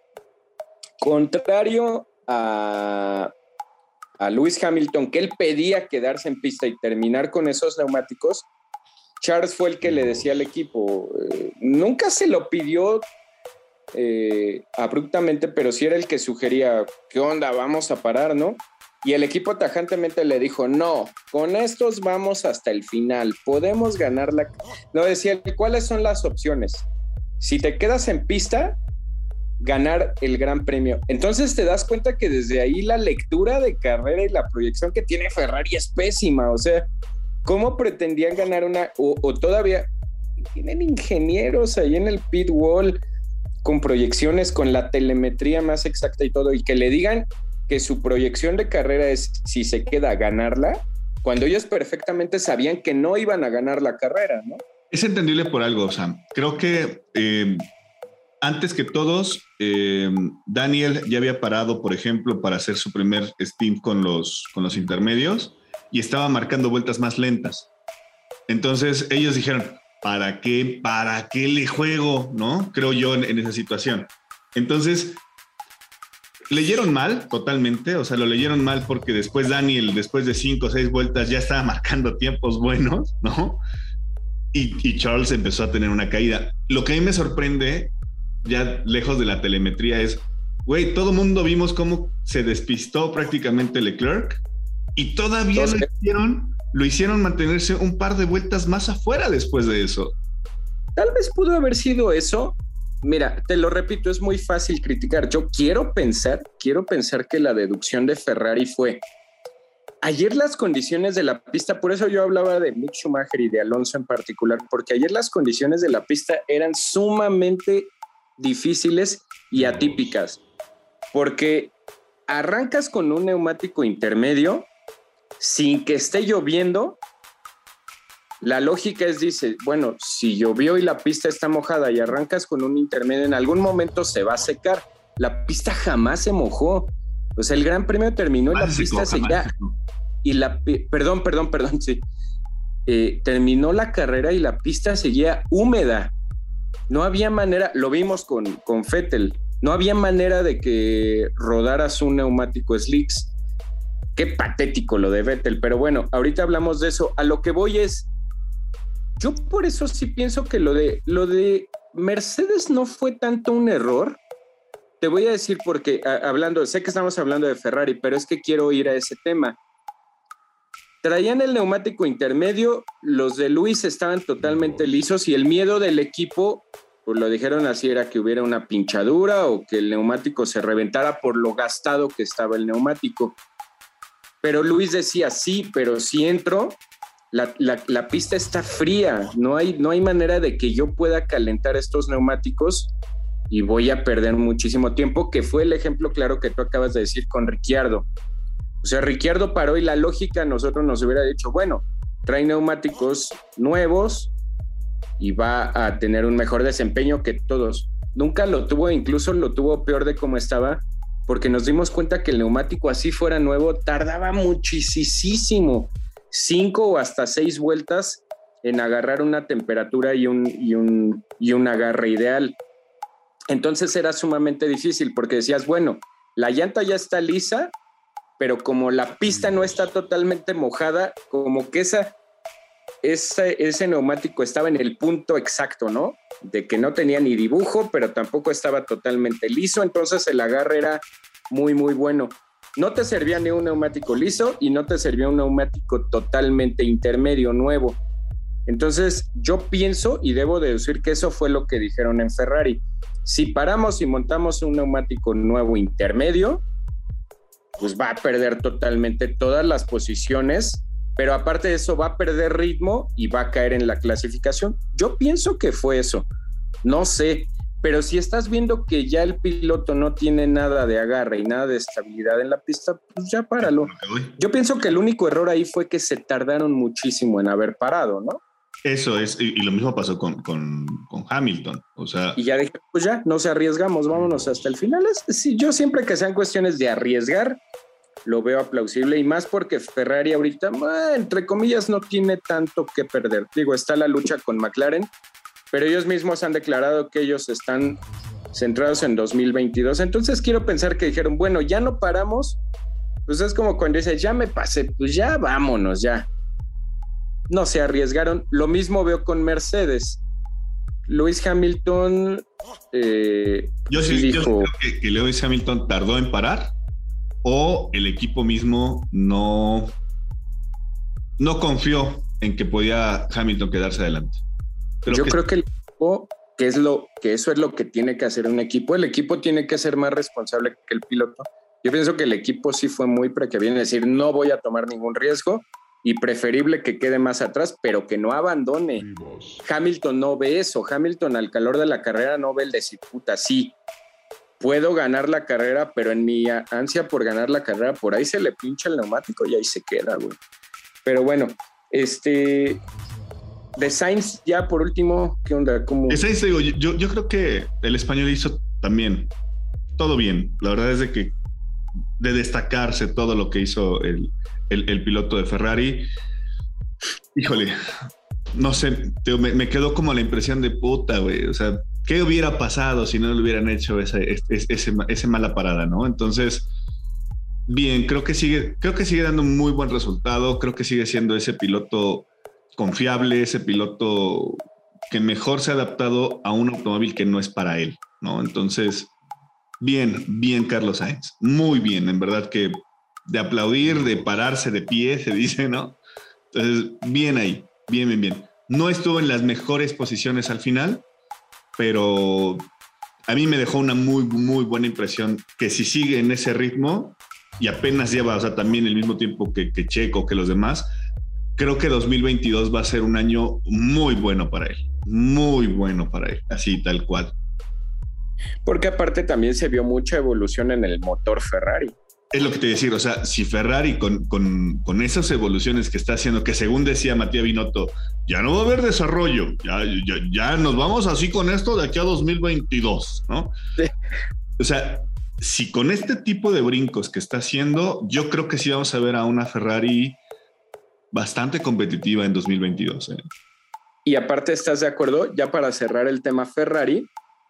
contrario a, a Lewis Hamilton, que él pedía quedarse en pista y terminar con esos neumáticos, Charles fue el que le decía al equipo, eh, nunca se lo pidió eh, abruptamente, pero sí era el que sugería, ¿qué onda? Vamos a parar, ¿no? Y el equipo tajantemente le dijo, no, con estos vamos hasta el final, podemos ganar la... No, decía, ¿cuáles son las opciones? Si te quedas en pista, ganar el gran premio. Entonces te das cuenta que desde ahí la lectura de carrera y la proyección que tiene Ferrari es pésima, o sea, ¿cómo pretendían ganar una... O, o todavía tienen ingenieros ahí en el pit wall con proyecciones, con la telemetría más exacta y todo, y que le digan que su proyección de carrera es si se queda a ganarla, cuando ellos perfectamente sabían que no iban a ganar la carrera, ¿no?
Es entendible por algo, Sam. Creo que eh, antes que todos, eh, Daniel ya había parado, por ejemplo, para hacer su primer stint con los, con los intermedios, y estaba marcando vueltas más lentas. Entonces ellos dijeron, ¿para qué? ¿Para qué le juego? ¿No? Creo yo en, en esa situación. Entonces, leyeron mal totalmente, o sea, lo leyeron mal porque después Daniel, después de cinco o seis vueltas, ya estaba marcando tiempos buenos, ¿no? Y, y Charles empezó a tener una caída. Lo que a mí me sorprende, ya lejos de la telemetría, es, güey, todo el mundo vimos cómo se despistó prácticamente Leclerc y todavía lo hicieron, lo hicieron mantenerse un par de vueltas más afuera después de eso.
Tal vez pudo haber sido eso. Mira, te lo repito, es muy fácil criticar. Yo quiero pensar, quiero pensar que la deducción de Ferrari fue ayer las condiciones de la pista, por eso yo hablaba de Mick Schumacher y de Alonso en particular, porque ayer las condiciones de la pista eran sumamente difíciles y atípicas, porque arrancas con un neumático intermedio sin que esté lloviendo. La lógica es, dice, bueno, si llovió y la pista está mojada y arrancas con un intermedio, en algún momento se va a secar. La pista jamás se mojó. O sea, el Gran Premio terminó y la pista seguía... Y la... Perdón, perdón, perdón, sí. Eh, terminó la carrera y la pista seguía húmeda. No había manera... Lo vimos con, con Vettel. No había manera de que rodaras un neumático slicks. Qué patético lo de Vettel. Pero bueno, ahorita hablamos de eso. A lo que voy es... Yo por eso sí pienso que lo de, lo de Mercedes no fue tanto un error. Te voy a decir porque, a, hablando, sé que estamos hablando de Ferrari, pero es que quiero ir a ese tema. Traían el neumático intermedio, los de Lewis estaban totalmente lisos y el miedo del equipo, pues lo dijeron así, era que hubiera una pinchadura o que el neumático se reventara por lo gastado que estaba el neumático. Pero Lewis decía, sí, pero si entro... La, la, la pista está fría, no hay, no hay manera de que yo pueda calentar estos neumáticos y voy a perder muchísimo tiempo, que fue el ejemplo claro que tú acabas de decir con Ricciardo. O sea, Ricciardo paró y la lógica a nosotros nos hubiera dicho, bueno, trae neumáticos nuevos y va a tener un mejor desempeño que todos. Nunca lo tuvo, incluso lo tuvo peor de cómo estaba, porque nos dimos cuenta que el neumático así fuera nuevo tardaba muchísimo. Cinco o hasta seis vueltas en agarrar una temperatura y un, y un, y un agarre ideal. Entonces era sumamente difícil porque decías, bueno, la llanta ya está lisa, pero como la pista no está totalmente mojada, como que esa, ese, ese neumático estaba en el punto exacto, ¿no? De que no tenía ni dibujo, pero tampoco estaba totalmente liso, entonces el agarre era muy, muy bueno. No te servía ni un neumático liso y no te servía un neumático totalmente intermedio, nuevo. Entonces yo pienso y debo deducir que eso fue lo que dijeron en Ferrari. Si paramos y montamos un neumático nuevo intermedio, pues va a perder totalmente todas las posiciones, pero aparte de eso va a perder ritmo y va a caer en la clasificación. Yo pienso que fue eso. No sé. Pero si estás viendo que ya el piloto no tiene nada de agarre y nada de estabilidad en la pista, pues ya páralo. Yo pienso que el único error ahí fue que se tardaron muchísimo en haber parado, ¿no?
Eso es, y, y lo mismo pasó con, con, con Hamilton, o sea...
Y ya dije, pues ya, nos arriesgamos, vámonos hasta el final. Es, sí, yo siempre que sean cuestiones de arriesgar, lo veo plausible, y más porque Ferrari ahorita, entre comillas, no tiene tanto que perder. Digo, está la lucha con McLaren, pero ellos mismos han declarado que ellos están centrados en dos mil veintidós. Entonces quiero pensar que dijeron, bueno, ya no paramos. Pues es como cuando dices, ya me pasé, pues ya vámonos, ya. No se arriesgaron. Lo mismo veo con Mercedes. Lewis Hamilton eh,
yo sí,
dijo...
yo sí creo que, que Lewis Hamilton tardó en parar o el equipo mismo no, no confió en que podía Hamilton quedarse adelante.
Pero yo que... creo que el equipo, que es lo, que eso es lo que tiene que hacer un equipo. El equipo tiene que ser más responsable que el piloto. Yo pienso que el equipo sí fue muy precavido, es decir, no voy a tomar ningún riesgo y preferible que quede más atrás, pero que no abandone. Hamilton no ve eso. Hamilton al calor de la carrera no ve el decir, puta, sí, puedo ganar la carrera, pero en mi ansia por ganar la carrera, por ahí se le pincha el neumático y ahí se queda, güey. Pero bueno, este... de Sainz, ya por último, ¿qué onda? ¿Cómo?
De Sainz, digo, yo, yo creo que el español hizo también todo bien. La verdad es de que de destacarse todo lo que hizo el, el, el piloto de Ferrari. Híjole, no sé, te, me, me quedó como la impresión de puta, güey. O sea, ¿qué hubiera pasado si no le hubieran hecho esa, ese, ese, ese mala parada, ¿no? Entonces, bien, creo que sigue, creo que sigue dando un muy buen resultado. Creo que sigue siendo ese piloto confiable, ese piloto que mejor se ha adaptado a un automóvil que no es para él, ¿no? Entonces, bien, bien Carlos Sainz, muy bien, en verdad que de aplaudir, de pararse de pie, se dice, ¿no? Entonces, bien ahí, bien, bien, bien. No estuvo en las mejores posiciones al final, pero a mí me dejó una muy, muy buena impresión que si sigue en ese ritmo y apenas lleva, o sea, también el mismo tiempo que, que Checo, que los demás, creo que dos mil veintidós va a ser un año muy bueno para él, muy bueno para él, así tal cual.
Porque aparte también se vio mucha evolución en el motor Ferrari.
Es lo que te iba a decir, o sea, si Ferrari con, con, con esas evoluciones que está haciendo, que según decía Matías Binotto, ya no va a haber desarrollo, ya, ya, ya nos vamos así con esto de aquí a dos mil veintidós, ¿no? Sí. O sea, si con este tipo de brincos que está haciendo, yo creo que sí vamos a ver a una Ferrari bastante competitiva en dos mil veintidós. ¿eh?
Y aparte, ¿estás de acuerdo? Ya para cerrar el tema Ferrari,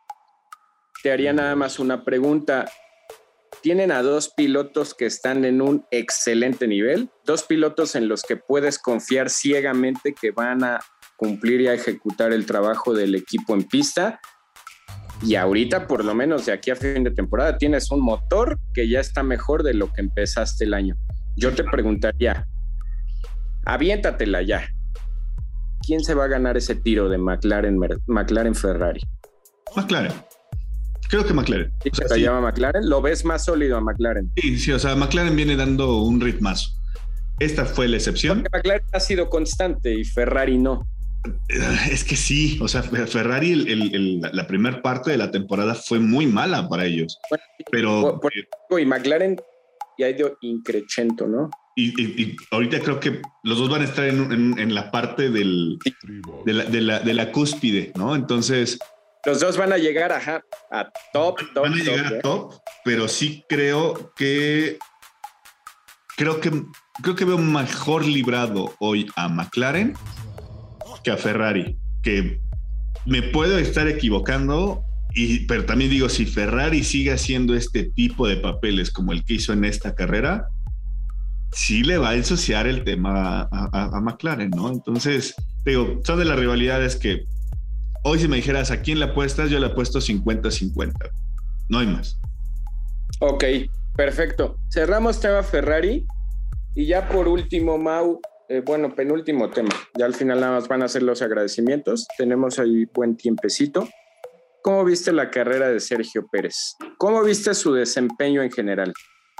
te haría nada más una pregunta. Tienen a dos pilotos que están en un excelente nivel, dos pilotos en los que puedes confiar ciegamente que van a cumplir y a ejecutar el trabajo del equipo en pista. Y ahorita, por lo menos de aquí a fin de temporada, tienes un motor que ya está mejor de lo que empezaste el año. Yo te preguntaría, aviéntatela ya. ¿Quién se va a ganar ese tiro de McLaren, McLaren Ferrari?
McLaren. Creo que McLaren.
¿Sí o sea, se sí. llama McLaren? ¿Lo ves más sólido a McLaren?
Sí, sí, o sea, McLaren viene dando un ritmazo. Esta fue la excepción.
Porque McLaren ha sido constante y Ferrari no.
Es que sí, o sea, Ferrari el, el, el, la primera parte de la temporada fue muy mala para ellos. Bueno, pero
por, por, y McLaren ya ha ido increchento, ¿no?
Y, y, y ahorita creo que los dos van a estar en, en, en la parte del, de, la, de, la, de la cúspide, ¿no? Entonces...
Los dos van a llegar ajá, a top, top,
Van a llegar
top,
a top, ¿eh? Pero sí creo que... Creo que, creo que veo mejor librado hoy a McLaren que a Ferrari. Que me puedo estar equivocando, y, pero también digo, si Ferrari sigue haciendo este tipo de papeles como el que hizo en esta carrera, sí le va a ensuciar el tema a, a, a McLaren, ¿no? Entonces, digo, son de las rivalidades que hoy si me dijeras a quién le apuestas, yo le apuesto cincuenta cincuenta. No hay más.
Ok, perfecto. Cerramos tema Ferrari y ya por último, Mau, eh, bueno, penúltimo tema. Ya al final nada más van a ser los agradecimientos. Tenemos ahí buen tiempecito. ¿Cómo viste la carrera de Sergio Pérez? ¿Cómo viste su desempeño en general?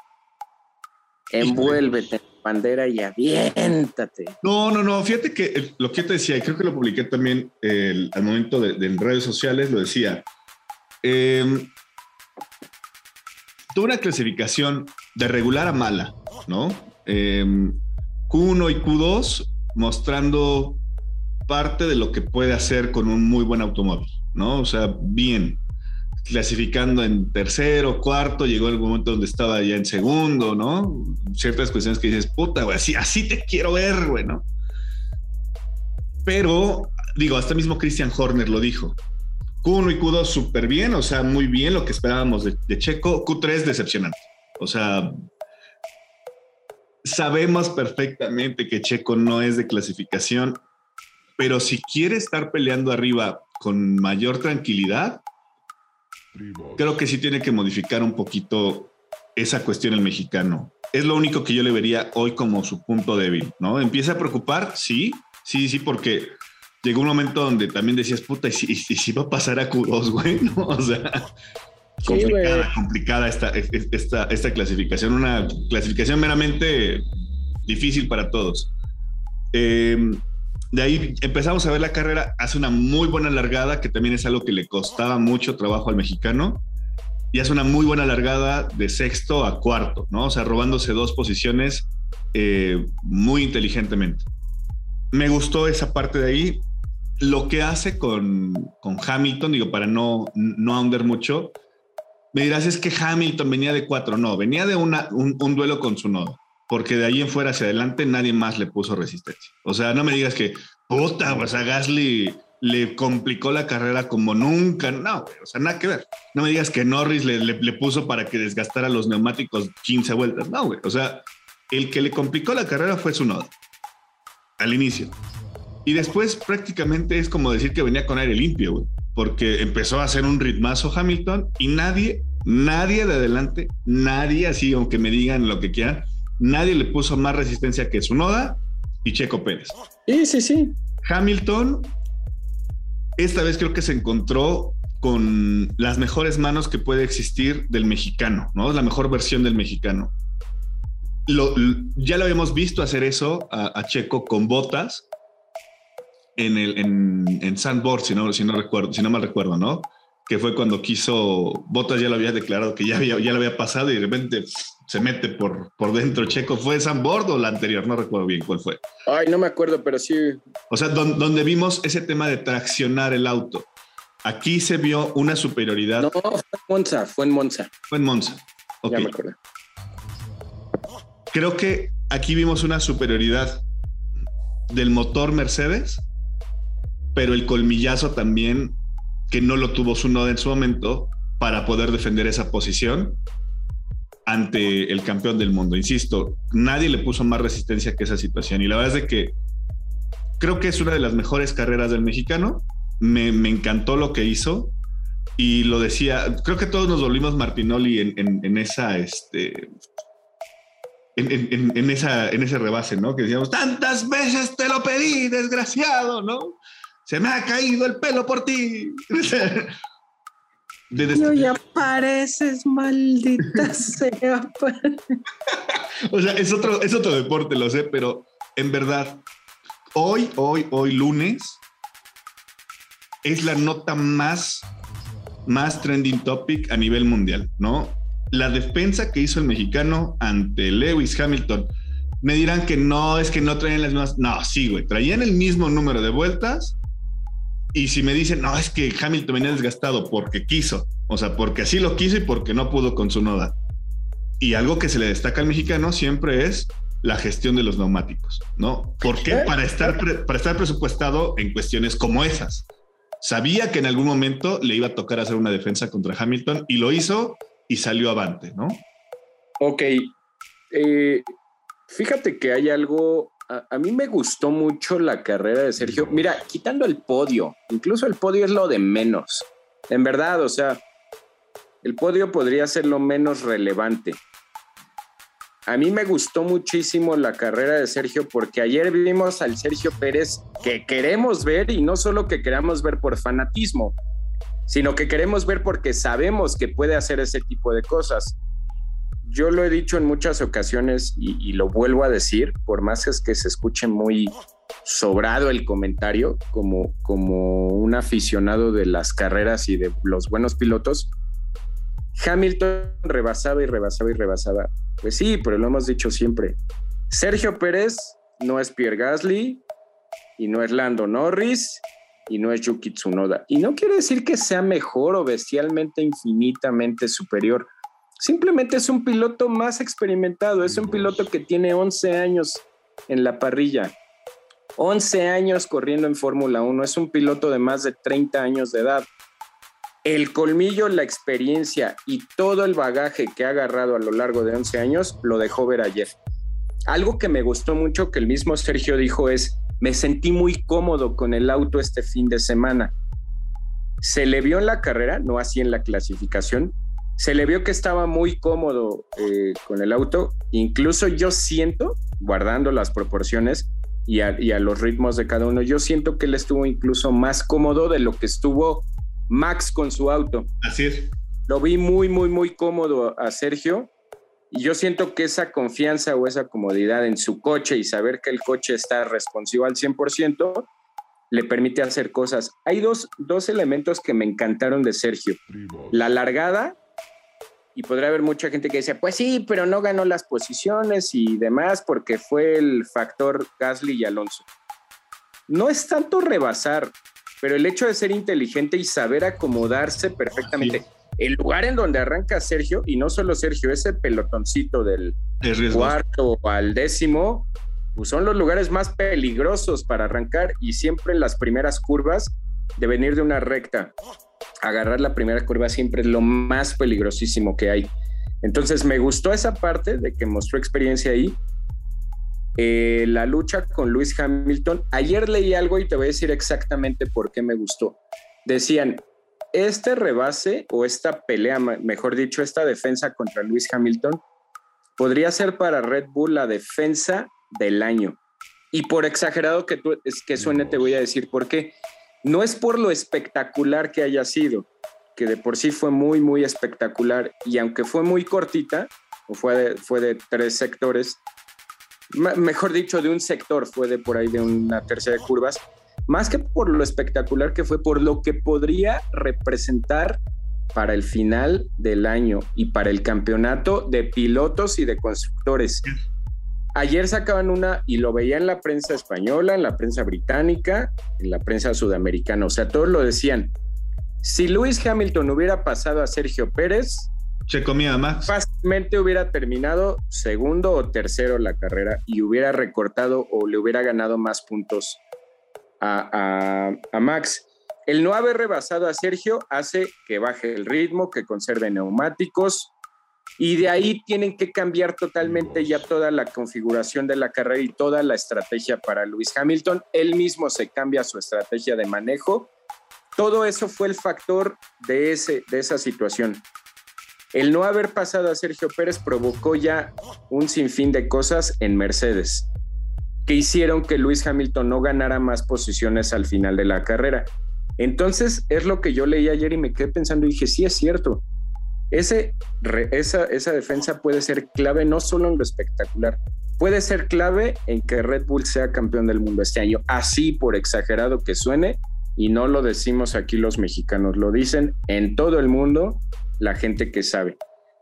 Envuélvete en bandera y aviéntate.
No, no, no. Fíjate que lo que te decía, y creo que lo publiqué también eh, al momento de, de en redes sociales, lo decía. Eh, tuvo una clasificación de regular a mala, ¿no? Eh, Q uno y Q dos mostrando parte de lo que puede hacer con un muy buen automóvil, ¿no? O sea, bien. Clasificando en tercero, cuarto, llegó el momento donde estaba ya en segundo, ¿no? Ciertas cuestiones que dices, puta, güey, así, así te quiero ver, güey, ¿no? Pero, digo, hasta mismo Christian Horner lo dijo. Q uno y Q dos súper bien, o sea, muy bien lo que esperábamos de, de Checo. Q tres decepcionante. O sea, sabemos perfectamente que Checo no es de clasificación, pero si quiere estar peleando arriba con mayor tranquilidad, creo que sí tiene que modificar un poquito esa cuestión el mexicano. Es lo único que yo le vería hoy como su punto débil, ¿no? ¿Empieza a preocupar? Sí, sí, sí, porque llegó un momento donde también decías, puta, ¿y si, y si va a pasar a Q dos, güey? ¿No? O sea, sí, complicada, güey. complicada esta, esta, esta clasificación, una clasificación meramente difícil para todos. Eh, De ahí empezamos a ver la carrera, hace una muy buena largada, que también es algo que le costaba mucho trabajo al mexicano, y hace una muy buena largada de sexto a cuarto, ¿no? O sea, robándose dos posiciones eh, muy inteligentemente. Me gustó esa parte de ahí. Lo que hace con, con Hamilton, digo, para no, no ahondar mucho, me dirás, es que Hamilton venía de cuatro. No, venía de una, un, un duelo con Tsunoda. porque de ahí en fuera hacia adelante nadie más le puso resistencia. O sea, no me digas que, puta, pues a Gasly le complicó la carrera como nunca. No, güey, o sea, nada que ver. No me digas que Norris le, le, le puso para que desgastara los neumáticos quince vueltas. No, güey, o sea, el que le complicó la carrera fue Tsunoda al inicio. Y después prácticamente es como decir que venía con aire limpio, güey, porque empezó a hacer un ritmazo Hamilton y nadie, nadie de adelante, nadie así, aunque me digan lo que quieran, nadie le puso más resistencia que Tsunoda y Checo Pérez.
Sí, sí, sí.
Hamilton esta vez creo que se encontró con las mejores manos que puede existir del mexicano, ¿no? La mejor versión del mexicano. Lo, ya lo habíamos visto hacer eso a, a Checo con Bottas en, el, en, en Zandvoort, si no, si, no recuerdo, si no mal recuerdo, ¿no? Que fue cuando quiso, Bottas ya lo había declarado que ya, había, ya lo había pasado y de repente se mete por, por dentro Checo. ¿Fue Zandvoort o la anterior? No recuerdo bien cuál fue.
Ay, no me acuerdo, pero sí.
O sea, don, donde vimos ese tema de traccionar el auto. Aquí se vio una superioridad.
No, fue en Monza, fue en Monza.
Fue en Monza. Okay.
Ya me acuerdo.
Creo que aquí vimos una superioridad del motor Mercedes, pero el colmillazo también que no lo tuvo Tsunoda en su momento para poder defender esa posición ante el campeón del mundo. Insisto, nadie le puso más resistencia que esa situación y la verdad es de que creo que es una de las mejores carreras del mexicano. Me, me encantó lo que hizo y lo decía, creo que todos nos volvimos Martinoli en, en, en esa este en, en, en, esa, en ese rebase, ¿no? Que decíamos, tantas veces te lo pedí, desgraciado, ¿no? Se me ha caído el pelo por ti.
De no, ya pareces, maldita sea.
O sea, es otro, es otro deporte, lo sé, pero en verdad, hoy, hoy, hoy lunes, es la nota más, más trending topic a nivel mundial, ¿no? La defensa que hizo el mexicano ante Lewis Hamilton. Me dirán que no, es que no traían las mismas. No, sí, güey, traían el mismo número de vueltas. Y si me dicen, no, es que Hamilton venía desgastado porque quiso, o sea, porque así lo quiso y porque no pudo con Tsunoda. Y algo que se le destaca al mexicano siempre es la gestión de los neumáticos, ¿no? ¿Por qué? Para estar, pre- para estar presupuestado en cuestiones como esas. Sabía que en algún momento le iba a tocar hacer una defensa contra Hamilton y lo hizo y salió avante, ¿no?
Ok. Eh, fíjate que hay algo... A, a mí me gustó mucho la carrera de Sergio. Mira, quitando el podio, incluso el podio es lo de menos. En verdad, o sea, el podio podría ser lo menos relevante. A mí me gustó muchísimo la carrera de Sergio porque ayer vimos al Sergio Pérez que queremos ver y no solo que queramos ver por fanatismo, sino que queremos ver porque sabemos que puede hacer ese tipo de cosas. Yo lo he dicho en muchas ocasiones y, y lo vuelvo a decir, por más es que se escuche muy sobrado el comentario, como, como un aficionado de las carreras y de los buenos pilotos, Hamilton rebasaba y rebasaba y rebasaba. Pues sí, pero lo hemos dicho siempre. Sergio Pérez no es Pierre Gasly y no es Lando Norris y no es Yuki Tsunoda. Y no quiere decir que sea mejor o bestialmente, infinitamente superior. Simplemente es un piloto más experimentado, es un piloto que tiene once años en la parrilla, once años corriendo en Fórmula uno, es un piloto de más de treinta años de edad. El colmillo, la experiencia y todo el bagaje que ha agarrado a lo largo de once años lo dejó ver ayer. Algo que me gustó mucho que el mismo Sergio dijo es, me sentí muy cómodo con el auto este fin de semana. Se le vio en la carrera, no así en la clasificación, se le vio que estaba muy cómodo eh, con el auto. Incluso yo siento, guardando las proporciones y a, y a los ritmos de cada uno, yo siento que él estuvo incluso más cómodo de lo que estuvo Max con su auto.
Así es.
Lo vi muy, muy, muy cómodo a Sergio y yo siento que esa confianza o esa comodidad en su coche y saber que el coche está responsivo al cien por ciento le permite hacer cosas. Hay dos, dos elementos que me encantaron de Sergio. La largada. Y podría haber mucha gente que dice, pues sí, pero no ganó las posiciones y demás porque fue el factor Gasly y Alonso. No es tanto rebasar, pero el hecho de ser inteligente y saber acomodarse perfectamente. Sí. el lugar en donde arranca Sergio, y no solo Sergio, ese pelotoncito del cuarto al décimo, pues son los lugares más peligrosos para arrancar, y siempre en las primeras curvas, de venir de una recta, agarrar la primera curva siempre es lo más peligrosísimo que hay. Entonces me gustó esa parte de que mostró experiencia ahí. Eh, la lucha con Lewis Hamilton. Ayer leí algo y te voy a decir exactamente por qué me gustó. Decían, este rebase o esta pelea, mejor dicho, esta defensa contra Lewis Hamilton podría ser para Red Bull la defensa del año. Y por exagerado que, tú, que suene, te voy a decir por qué. No es por lo espectacular que haya sido, que de por sí fue muy, muy espectacular, y aunque fue muy cortita, o fue de, fue de tres sectores, mejor dicho, de un sector, fue de por ahí de una tercera de curvas, más que por lo espectacular que fue, por lo que podría representar para el final del año y para el campeonato de pilotos y de constructores. Ayer sacaban una, y lo veía en la prensa española, en la prensa británica, en la prensa sudamericana, o sea, todos lo decían. Si Lewis Hamilton hubiera pasado a Sergio Pérez,
se comía más.
Fácilmente hubiera terminado segundo o tercero la carrera y hubiera recortado o le hubiera ganado más puntos a, a, a Max. El no haber rebasado a Sergio hace que baje el ritmo, que conserve neumáticos, y de ahí tienen que cambiar totalmente ya toda la configuración de la carrera y toda la estrategia para Lewis Hamilton. Él mismo se cambia su estrategia de manejo. Todo eso fue el factor de, ese, de esa situación. El no haber pasado a Sergio Pérez provocó ya un sinfín de cosas en Mercedes que hicieron que Lewis Hamilton no ganara más posiciones al final de la carrera. Entonces es lo que yo leí ayer y me quedé pensando y dije, sí, es cierto. Ese, esa, esa defensa puede ser clave no solo en lo espectacular, puede ser clave en que Red Bull sea campeón del mundo este año, así por exagerado que suene, y no lo decimos aquí los mexicanos, lo dicen en todo el mundo la gente que sabe.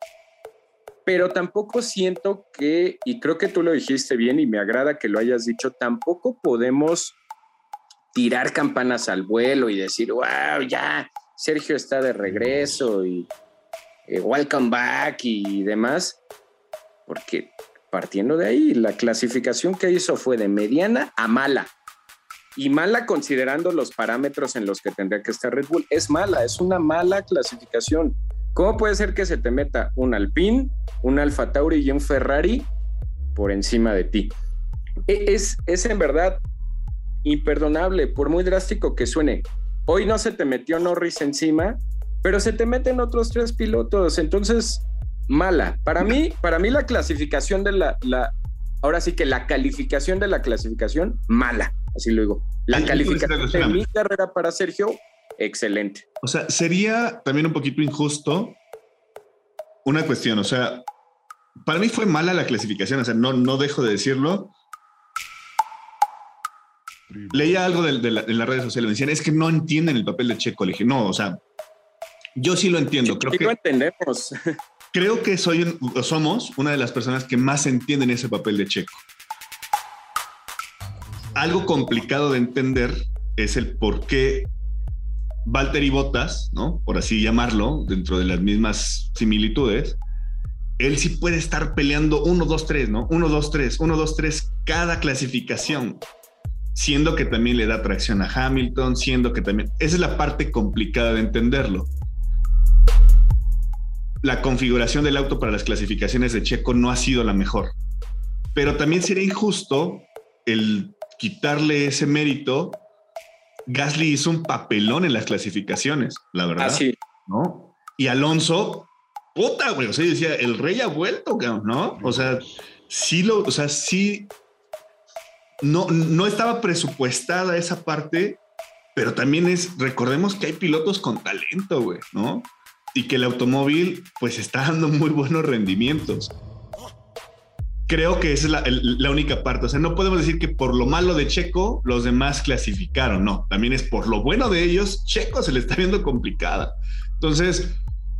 Pero tampoco siento que, y creo que tú lo dijiste bien y me agrada que lo hayas dicho, tampoco podemos tirar campanas al vuelo y decir, wow, ya, Sergio está de regreso y eh, welcome back y demás, porque partiendo de ahí, la clasificación que hizo fue de mediana a mala. Y mala considerando los parámetros en los que tendría que estar Red Bull. Es mala, es una mala clasificación. ¿Cómo puede ser que se te meta un Alpine, un Alfa Tauri y un Ferrari por encima de ti? Es, es en verdad imperdonable, por muy drástico que suene. Hoy no se te metió Norris encima, pero se te meten otros tres pilotos. Entonces, mala. Para mí, para mí la clasificación de la, la... Ahora sí que la calificación de la clasificación, mala. Así lo digo. La Ay, calificación de mi carrera para Sergio, excelente.
O sea, sería también un poquito injusto una cuestión. O sea, para mí fue mala la clasificación. O sea, no, no dejo de decirlo. Leía algo de, de, la, de las redes sociales. Me decían, es que no entienden el papel de Checo. Le dije, no, o sea, yo sí lo entiendo. Creo
sí
que
lo entendemos.
Creo que soy un, o somos una de las personas que más entienden ese papel de Checo. Algo complicado de entender es el por qué Valtteri Bottas, ¿no? Por así llamarlo, dentro de las mismas similitudes, él sí puede estar peleando uno, dos, tres, ¿no? uno, dos, tres, uno, dos, tres cada clasificación, siendo que también le da tracción a Hamilton, siendo que también... Esa es la parte complicada de entenderlo. La configuración del auto para las clasificaciones de Checo no ha sido la mejor, pero también sería injusto el quitarle ese mérito. Gasly hizo un papelón en las clasificaciones, la verdad.
Ah, sí.
¿No? Y Alonso, puta, güey, o sea, decía, el rey ha vuelto, ¿no? O sea, sí lo, o sea, sí, no, no estaba presupuestada esa parte, pero también es, recordemos que hay pilotos con talento, güey, ¿no? Y que el automóvil, pues, está dando muy buenos rendimientos. Creo que esa es la, la única parte. O sea, no podemos decir que por lo malo de Checo los demás clasificaron. No, también es por lo bueno de ellos. Checo se le está viendo complicada. Entonces,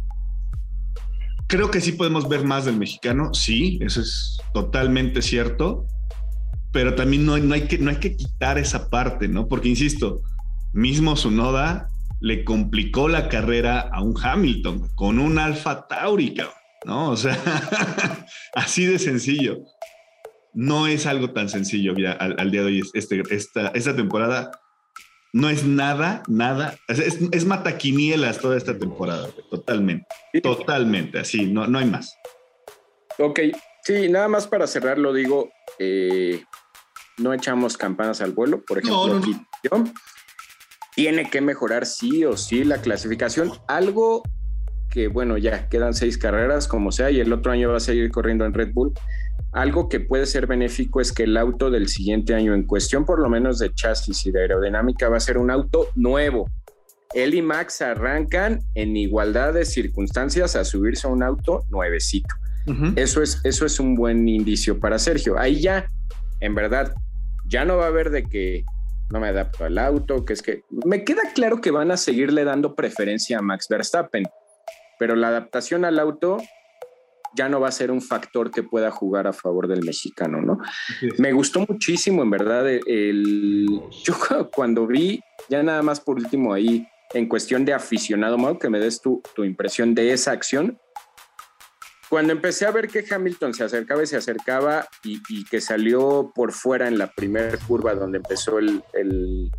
creo que sí podemos ver más del mexicano. Sí, eso es totalmente cierto. Pero también no, no, hay, que, no hay que quitar esa parte, ¿no? Porque, insisto, mismo Tsunoda le complicó la carrera a un Hamilton con un Alfa Tauri, ¿no? O sea, así de sencillo. No es algo tan sencillo ya al, al día de hoy. Este, esta, esta temporada no es nada, nada. Es, es mataquinielas toda esta temporada, totalmente. Totalmente, así, no, no hay más.
Ok, sí, nada más para cerrar lo digo, eh, no echamos campanas al vuelo, por ejemplo,
no, no, no.
yo, tiene que mejorar sí o sí la clasificación, algo que bueno, ya quedan seis carreras como sea y el otro año va a seguir corriendo en Red Bull. Algo que puede ser benéfico es que el auto del siguiente año, en cuestión por lo menos de chasis y de aerodinámica, va a ser un auto nuevo. Él y Max arrancan en igualdad de circunstancias a subirse a un auto nuevecito. Uh-huh. Eso es, eso es un buen indicio para Sergio. Ahí ya, en verdad, ya no va a haber de que no me adapto al auto, que es que me queda claro que van a seguirle dando preferencia a Max Verstappen, pero la adaptación al auto ya no va a ser un factor que pueda jugar a favor del mexicano, ¿no? Sí. Me gustó muchísimo, en verdad, el... yo cuando vi, ya nada más por último ahí, en cuestión de aficionado, Mau, que me des tu, tu impresión de esa acción. Cuando empecé a ver que Hamilton se acercaba y se acercaba y, y que salió por fuera en la primera curva donde empezó el, el,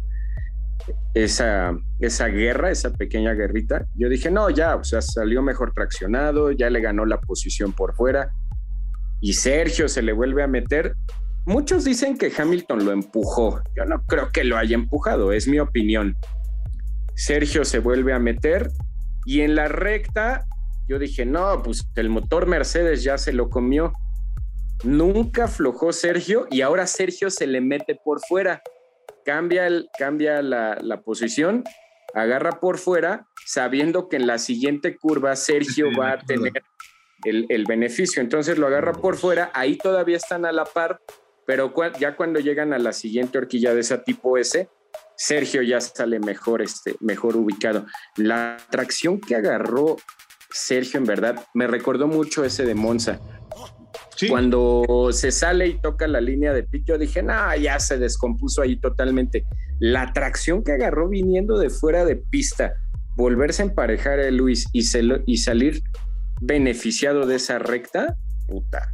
esa, esa guerra, esa pequeña guerrita, yo dije, no, ya, o sea, salió mejor traccionado, ya le ganó la posición por fuera y Sergio se le vuelve a meter. Muchos dicen que Hamilton lo empujó. Yo no creo que lo haya empujado, es mi opinión. Sergio se vuelve a meter y en la recta yo dije, no, pues el motor Mercedes ya se lo comió. Nunca aflojó Sergio y ahora Sergio se le mete por fuera. Cambia, el, cambia la, la posición, agarra por fuera, sabiendo que en la siguiente curva Sergio sí, va a tener el, el beneficio. Entonces lo agarra por fuera, ahí todavía están a la par, pero cu- ya cuando llegan a la siguiente horquilla de esa tipo S, Sergio ya sale mejor, este, mejor ubicado. La tracción que agarró Sergio, en verdad, me recordó mucho ese de Monza. ¿Sí? Cuando se sale y toca la línea de pit, yo dije, no, ya se descompuso ahí totalmente. La tracción que agarró viniendo de fuera de pista, volverse a emparejar a Luis y, se lo, y salir beneficiado de esa recta, puta.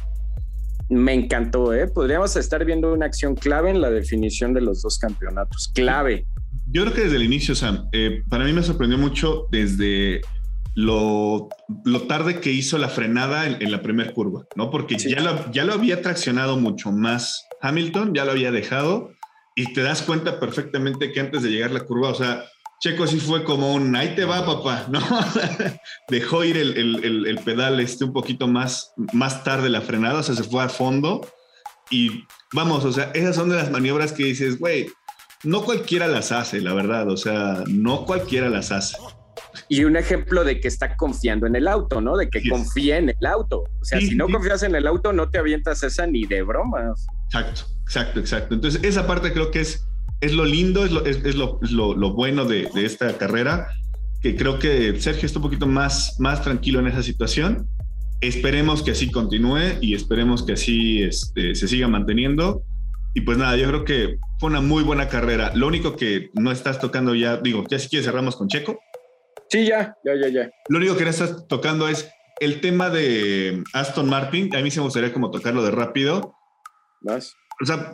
Me encantó, ¿eh? Podríamos estar viendo una acción clave en la definición de los dos campeonatos. Clave.
Yo creo que desde el inicio, Sam, eh, para mí me sorprendió mucho desde lo, lo tarde que hizo la frenada en, en la primera curva, ¿no? Porque sí. ya, lo, ya lo había traccionado mucho más Hamilton, ya lo había dejado, y te das cuenta perfectamente que antes de llegar la curva, o sea, Checo sí fue como un, ahí te va, papá, ¿no? Dejó ir el, el, el, el pedal este un poquito más, más tarde la frenada, o sea, se fue a fondo, y vamos, o sea, esas son de las maniobras que dices, güey, no cualquiera las hace, la verdad, o sea, no cualquiera las hace.
Y un ejemplo de que está confiando en el auto, ¿no? De que sí. confía en el auto. O sea, sí, si no sí. confías en el auto, no te avientas esa ni de bromas.
Exacto, exacto, exacto. Entonces, esa parte creo que es, es lo lindo, es lo, es, es lo, es lo, lo bueno de, de esta carrera, que creo que Sergio está un poquito más, más tranquilo en esa situación. Esperemos que así continúe y esperemos que así este, se siga manteniendo. Y pues nada, yo creo que fue una muy buena carrera. Lo único que no estás tocando ya, digo, ya si quieres cerramos con Checo.
Sí, ya, ya, ya, ya.
Lo único que no estás tocando es el tema de Aston Martin. A mí se me gustaría como tocarlo de rápido.
¿Más?
O sea,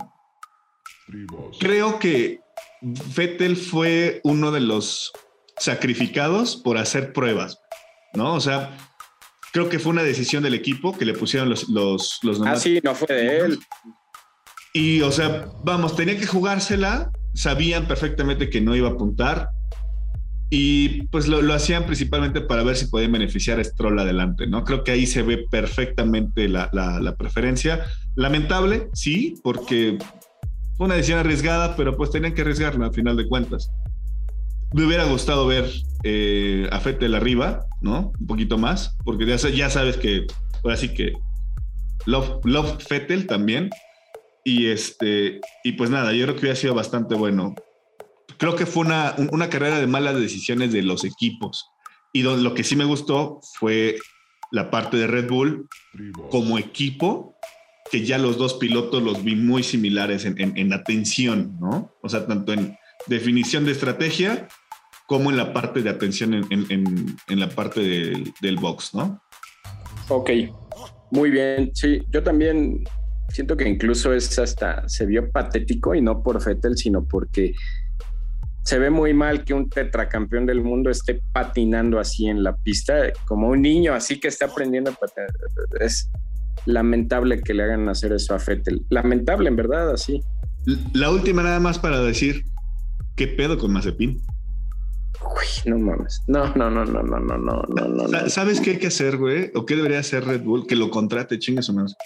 creo que Vettel fue uno de los sacrificados por hacer pruebas, ¿no? O sea, creo que fue una decisión del equipo que le pusieron los... los, los
ah, sí, no fue de él.
Y, o sea, vamos, tenía que jugársela. Sabían perfectamente que no iba a apuntar. Y pues lo, lo hacían principalmente para ver si podían beneficiar a Stroll adelante, ¿no? Creo que ahí se ve perfectamente la, la, la preferencia. Lamentable, sí, porque fue una decisión arriesgada, pero pues tenían que arriesgarla al final de cuentas. Me hubiera gustado ver eh, a Vettel arriba, ¿no? Un poquito más, porque ya, ya sabes que ahora sí que love, love Vettel también. Y, este, y pues nada, yo creo que hubiera sido bastante bueno. Creo que fue una, una carrera de malas decisiones de los equipos. Y lo, lo que sí me gustó fue la parte de Red Bull como equipo, que ya los dos pilotos los vi muy similares en, en, en atención, ¿no? O sea, tanto en definición de estrategia como en la parte de atención en, en, en, en la parte del, del box, ¿no?
Ok, muy bien. Sí, yo también siento que incluso es hasta, se vio patético y no por Vettel, sino porque se ve muy mal que un tetracampeón del mundo esté patinando así en la pista, como un niño así que está aprendiendo a patinar. Es lamentable que le hagan hacer eso a Vettel. Lamentable, en verdad, así.
La última nada más para decir, ¿qué pedo con Mazepin?
Uy, no mames. No, no, no, no, no, no, no, no, no.
¿Sabes qué hay que hacer, güey? ¿O qué debería hacer Red Bull? Que lo contrate, chingue su madre.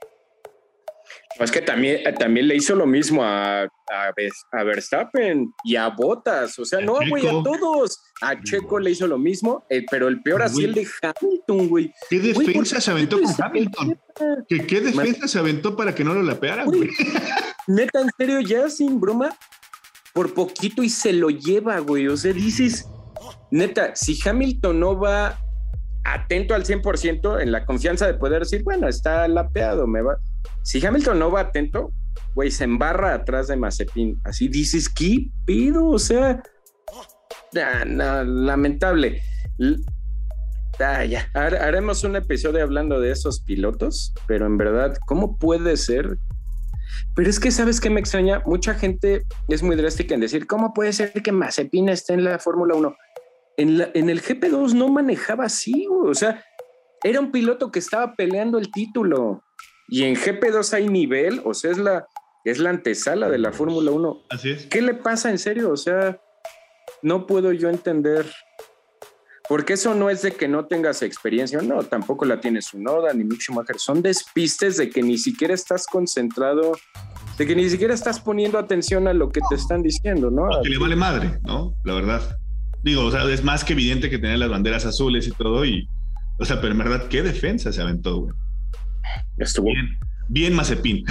Es que también, también le hizo lo mismo a, a, a Verstappen y a Bottas. O sea, no, güey, a todos. A Checo le hizo lo mismo, eh, pero el peor así el de Hamilton, güey.
¿Qué defensa
wey,
se aventó con Hamilton? ¿Qué, ¿Qué defensa Man. se aventó para que no lo lapearan, güey?
Neta, en serio, ya sin broma, por poquito y se lo lleva, güey. O sea, dices, neta, si Hamilton no va atento al cien por ciento en la confianza de poder decir, bueno, está lapeado, me va... Si Hamilton no va atento, güey, se embarra atrás de Mazepin. Así dices, ¿qué pido? O sea, nah, nah, lamentable. Ah, ya. Haremos un episodio hablando de esos pilotos, pero en verdad, ¿cómo puede ser? Pero es que, ¿sabes qué me extraña? Mucha gente es muy drástica en decir, ¿cómo puede ser que Mazepin esté en la Fórmula uno? En, la, en el G P dos no manejaba así, güey. O sea, era un piloto que estaba peleando el título. Y en G P dos hay nivel, o sea, es la, es la antesala de la Fórmula uno.
Así es.
¿Qué le pasa en serio? O sea, no puedo yo entender. Porque eso no es de que no tengas experiencia, no, tampoco la tiene Tsunoda ni Mick Schumacher. Son despistes de que ni siquiera estás concentrado, de que ni siquiera estás poniendo atención a lo que te están diciendo, ¿no?
Que le vale madre, ¿no? La verdad. Digo, o sea, es más que evidente que tenía las banderas azules y todo, y, o sea, pero en verdad, ¿qué defensa se aventó, güey?
Estuvo
bien, bien Mazepin.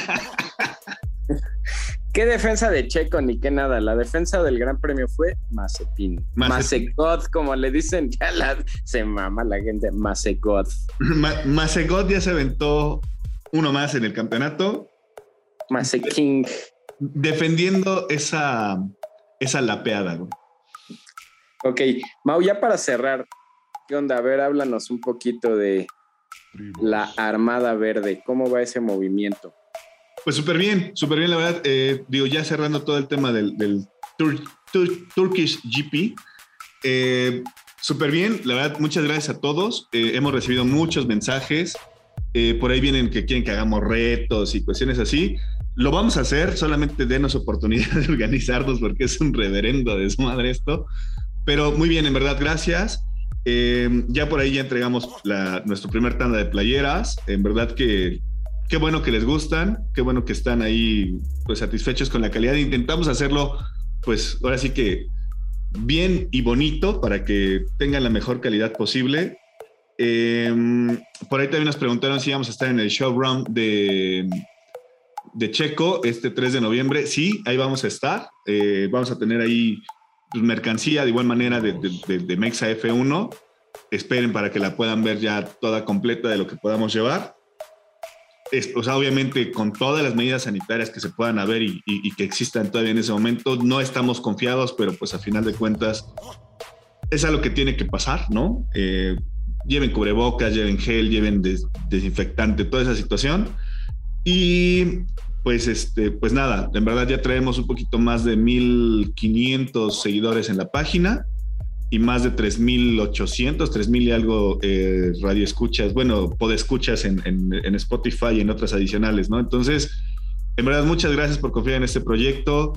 ¿Qué defensa de Checo ni qué nada? La defensa del Gran Premio fue Mazepin. Mazegod, como le dicen, ya la, se mama la gente. Mazegod.
Ma- Mazegod ya se aventó uno más en el campeonato.
Mazeking.
Defendiendo esa, esa lapeada, güey.
Ok, Mau, ya para cerrar, ¿qué onda? A ver, háblanos un poquito de la Armada Verde. ¿Cómo va ese movimiento?
Pues súper bien, súper bien, la verdad. Eh, digo, ya cerrando todo el tema del, del Tur, Tur, Turkish G P. Eh, súper bien, la verdad, muchas gracias a todos. Eh, hemos recibido muchos mensajes. Eh, por ahí vienen que quieren que hagamos retos y cuestiones así. Lo vamos a hacer, solamente denos oportunidad de organizarnos porque es un reverendo desmadre esto. Pero muy bien, en verdad, gracias. Eh, ya por ahí ya entregamos la, nuestro primer tanda de playeras. En verdad que qué bueno que les gustan, qué bueno que están ahí pues satisfechos con la calidad. Intentamos hacerlo pues ahora sí que bien y bonito para que tengan la mejor calidad posible. Eh, por ahí también nos preguntaron si íbamos a estar en el showroom de, de Checo este tres de noviembre. Sí, ahí vamos a estar. Eh, vamos a tener ahí pues, mercancía de igual manera de, de, de, de Mexa F uno. Esperen para que la puedan ver ya toda completa de lo que podamos llevar. Es, o sea, obviamente con todas las medidas sanitarias que se puedan haber y, y, y que existan todavía en ese momento, no estamos confiados, pero pues a final de cuentas es algo que tiene que pasar, ¿no? Eh, lleven cubrebocas, lleven gel, lleven des, desinfectante, toda esa situación. Y pues, este, pues nada, en verdad ya traemos un poquito más de mil quinientos seguidores en la página y más de tres mil ochocientos, tres mil y algo eh, radioescuchas, bueno, podescuchas en, en, en Spotify y en otras adicionales, ¿no? Entonces, en verdad, muchas gracias por confiar en este proyecto.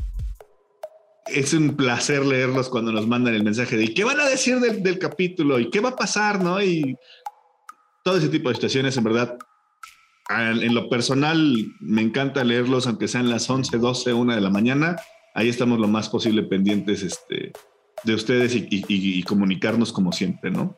Es un placer leerlos cuando nos mandan el mensaje de ¿y qué van a decir del, del capítulo? ¿Y qué va a pasar? ¿No? Y todo ese tipo de situaciones, en verdad, en, en lo personal, me encanta leerlos, aunque sean las once, doce, una de la mañana. Ahí estamos lo más posible pendientes, este... de ustedes y, y, y comunicarnos como siempre, ¿no?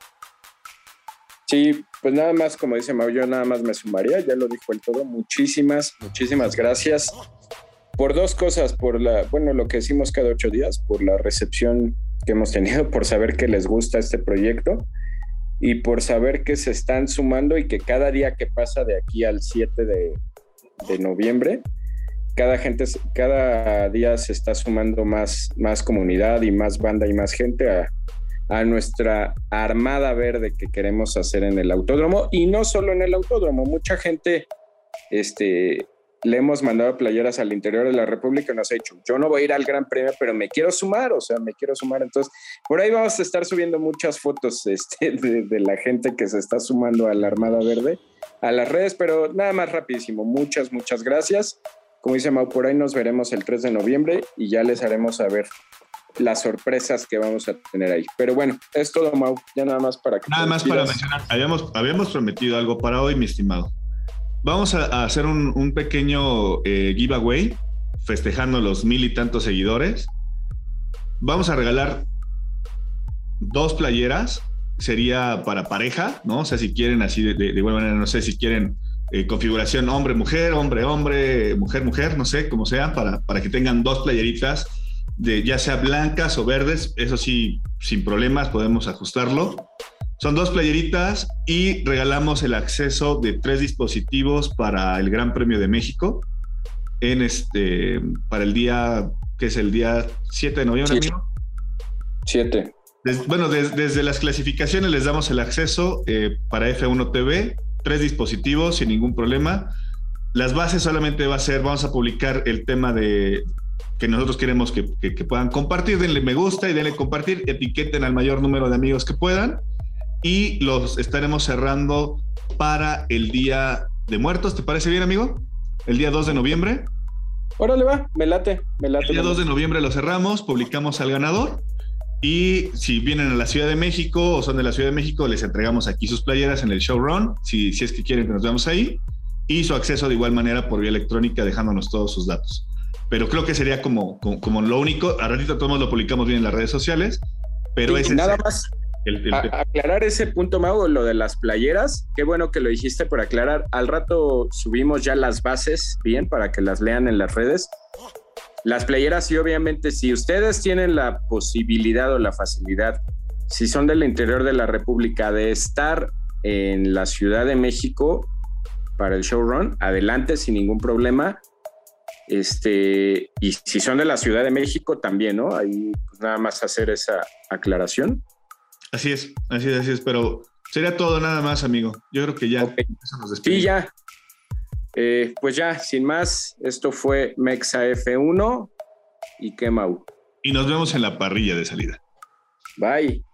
Sí, pues nada más, como dice Mau, yo nada más me sumaría, ya lo dijo el todo. Muchísimas, muchísimas gracias por dos cosas, por la, bueno, lo que decimos cada ocho días, por la recepción que hemos tenido, por saber que les gusta este proyecto y por saber que se están sumando y que cada día que pasa de aquí al siete de, de noviembre cada gente, cada día se está sumando más, más comunidad y más banda y más gente a, a nuestra armada verde que queremos hacer en el autódromo. Y no solo en el autódromo, mucha gente este, le hemos mandado playeras al interior de la República y nos ha dicho, yo no voy a ir al Gran Premio, pero me quiero sumar, o sea, me quiero sumar. Entonces, por ahí vamos a estar subiendo muchas fotos este, de, de la gente que se está sumando a la Armada Verde, a las redes, pero nada más rapidísimo. Muchas, muchas gracias. Como dice Mau, por ahí nos veremos el tres de noviembre y ya les haremos saber las sorpresas que vamos a tener ahí. Pero bueno, es todo, Mau. Ya nada más para que...
Nada más para mencionar. Habíamos, habíamos prometido algo para hoy, mi estimado. Vamos a, a hacer un, un pequeño eh, giveaway festejando los mil y tantos seguidores. Vamos a regalar dos playeras. Sería para pareja, ¿no? O sea, si quieren así de, de, de igual manera, no sé, si quieren eh, configuración hombre-mujer, hombre-hombre, mujer-mujer, no sé, como sea, para, para que tengan dos playeritas, de, ya sea blancas o verdes. Eso sí, sin problemas, podemos ajustarlo. Son dos playeritas y regalamos el acceso de tres dispositivos para el Gran Premio de México en este, para el día, que es el día siete de noviembre,
siete.
amigo.
siete.
Des, bueno, des, desde las clasificaciones les damos el acceso eh, para F uno T V, tres dispositivos sin ningún problema. Las bases solamente va a ser, vamos a publicar el tema de que nosotros queremos que, que, que puedan compartir. Denle me gusta y denle compartir, etiqueten al mayor número de amigos que puedan y los estaremos cerrando para el Día de Muertos. ¿Te parece bien, amigo? El día dos de noviembre.
Órale, va, me late, me late.
El día dos de noviembre lo cerramos, publicamos al ganador. Y si vienen a la Ciudad de México o son de la Ciudad de México, les entregamos aquí sus playeras en el showrun, si, si es que quieren que nos veamos ahí, y su acceso de igual manera por vía electrónica, dejándonos todos sus datos. Pero creo que sería como, como, como lo único. A ratito todos lo publicamos bien en las redes sociales, pero
sí,
ese
nada
es el,
más
el, el,
a, aclarar ese punto, Mau, lo de las playeras. Qué bueno que lo dijiste por aclarar. Al rato subimos ya las bases bien para que las lean en las redes. Las playeras, sí, obviamente, si ustedes tienen la posibilidad o la facilidad, si son del interior de la República, de estar en la Ciudad de México para el showrun, adelante, sin ningún problema. Este, y si son de la Ciudad de México, también, ¿no? Ahí pues, nada más hacer esa aclaración.
Así es, así es, así es, pero sería todo nada más, amigo. Yo creo que ya.
Okay.
Eso nos despedimos.
Sí, ya. Eh, pues ya, sin más, esto fue Mexa F uno y qué, Mau.
Y nos vemos en la parrilla de salida.
Bye.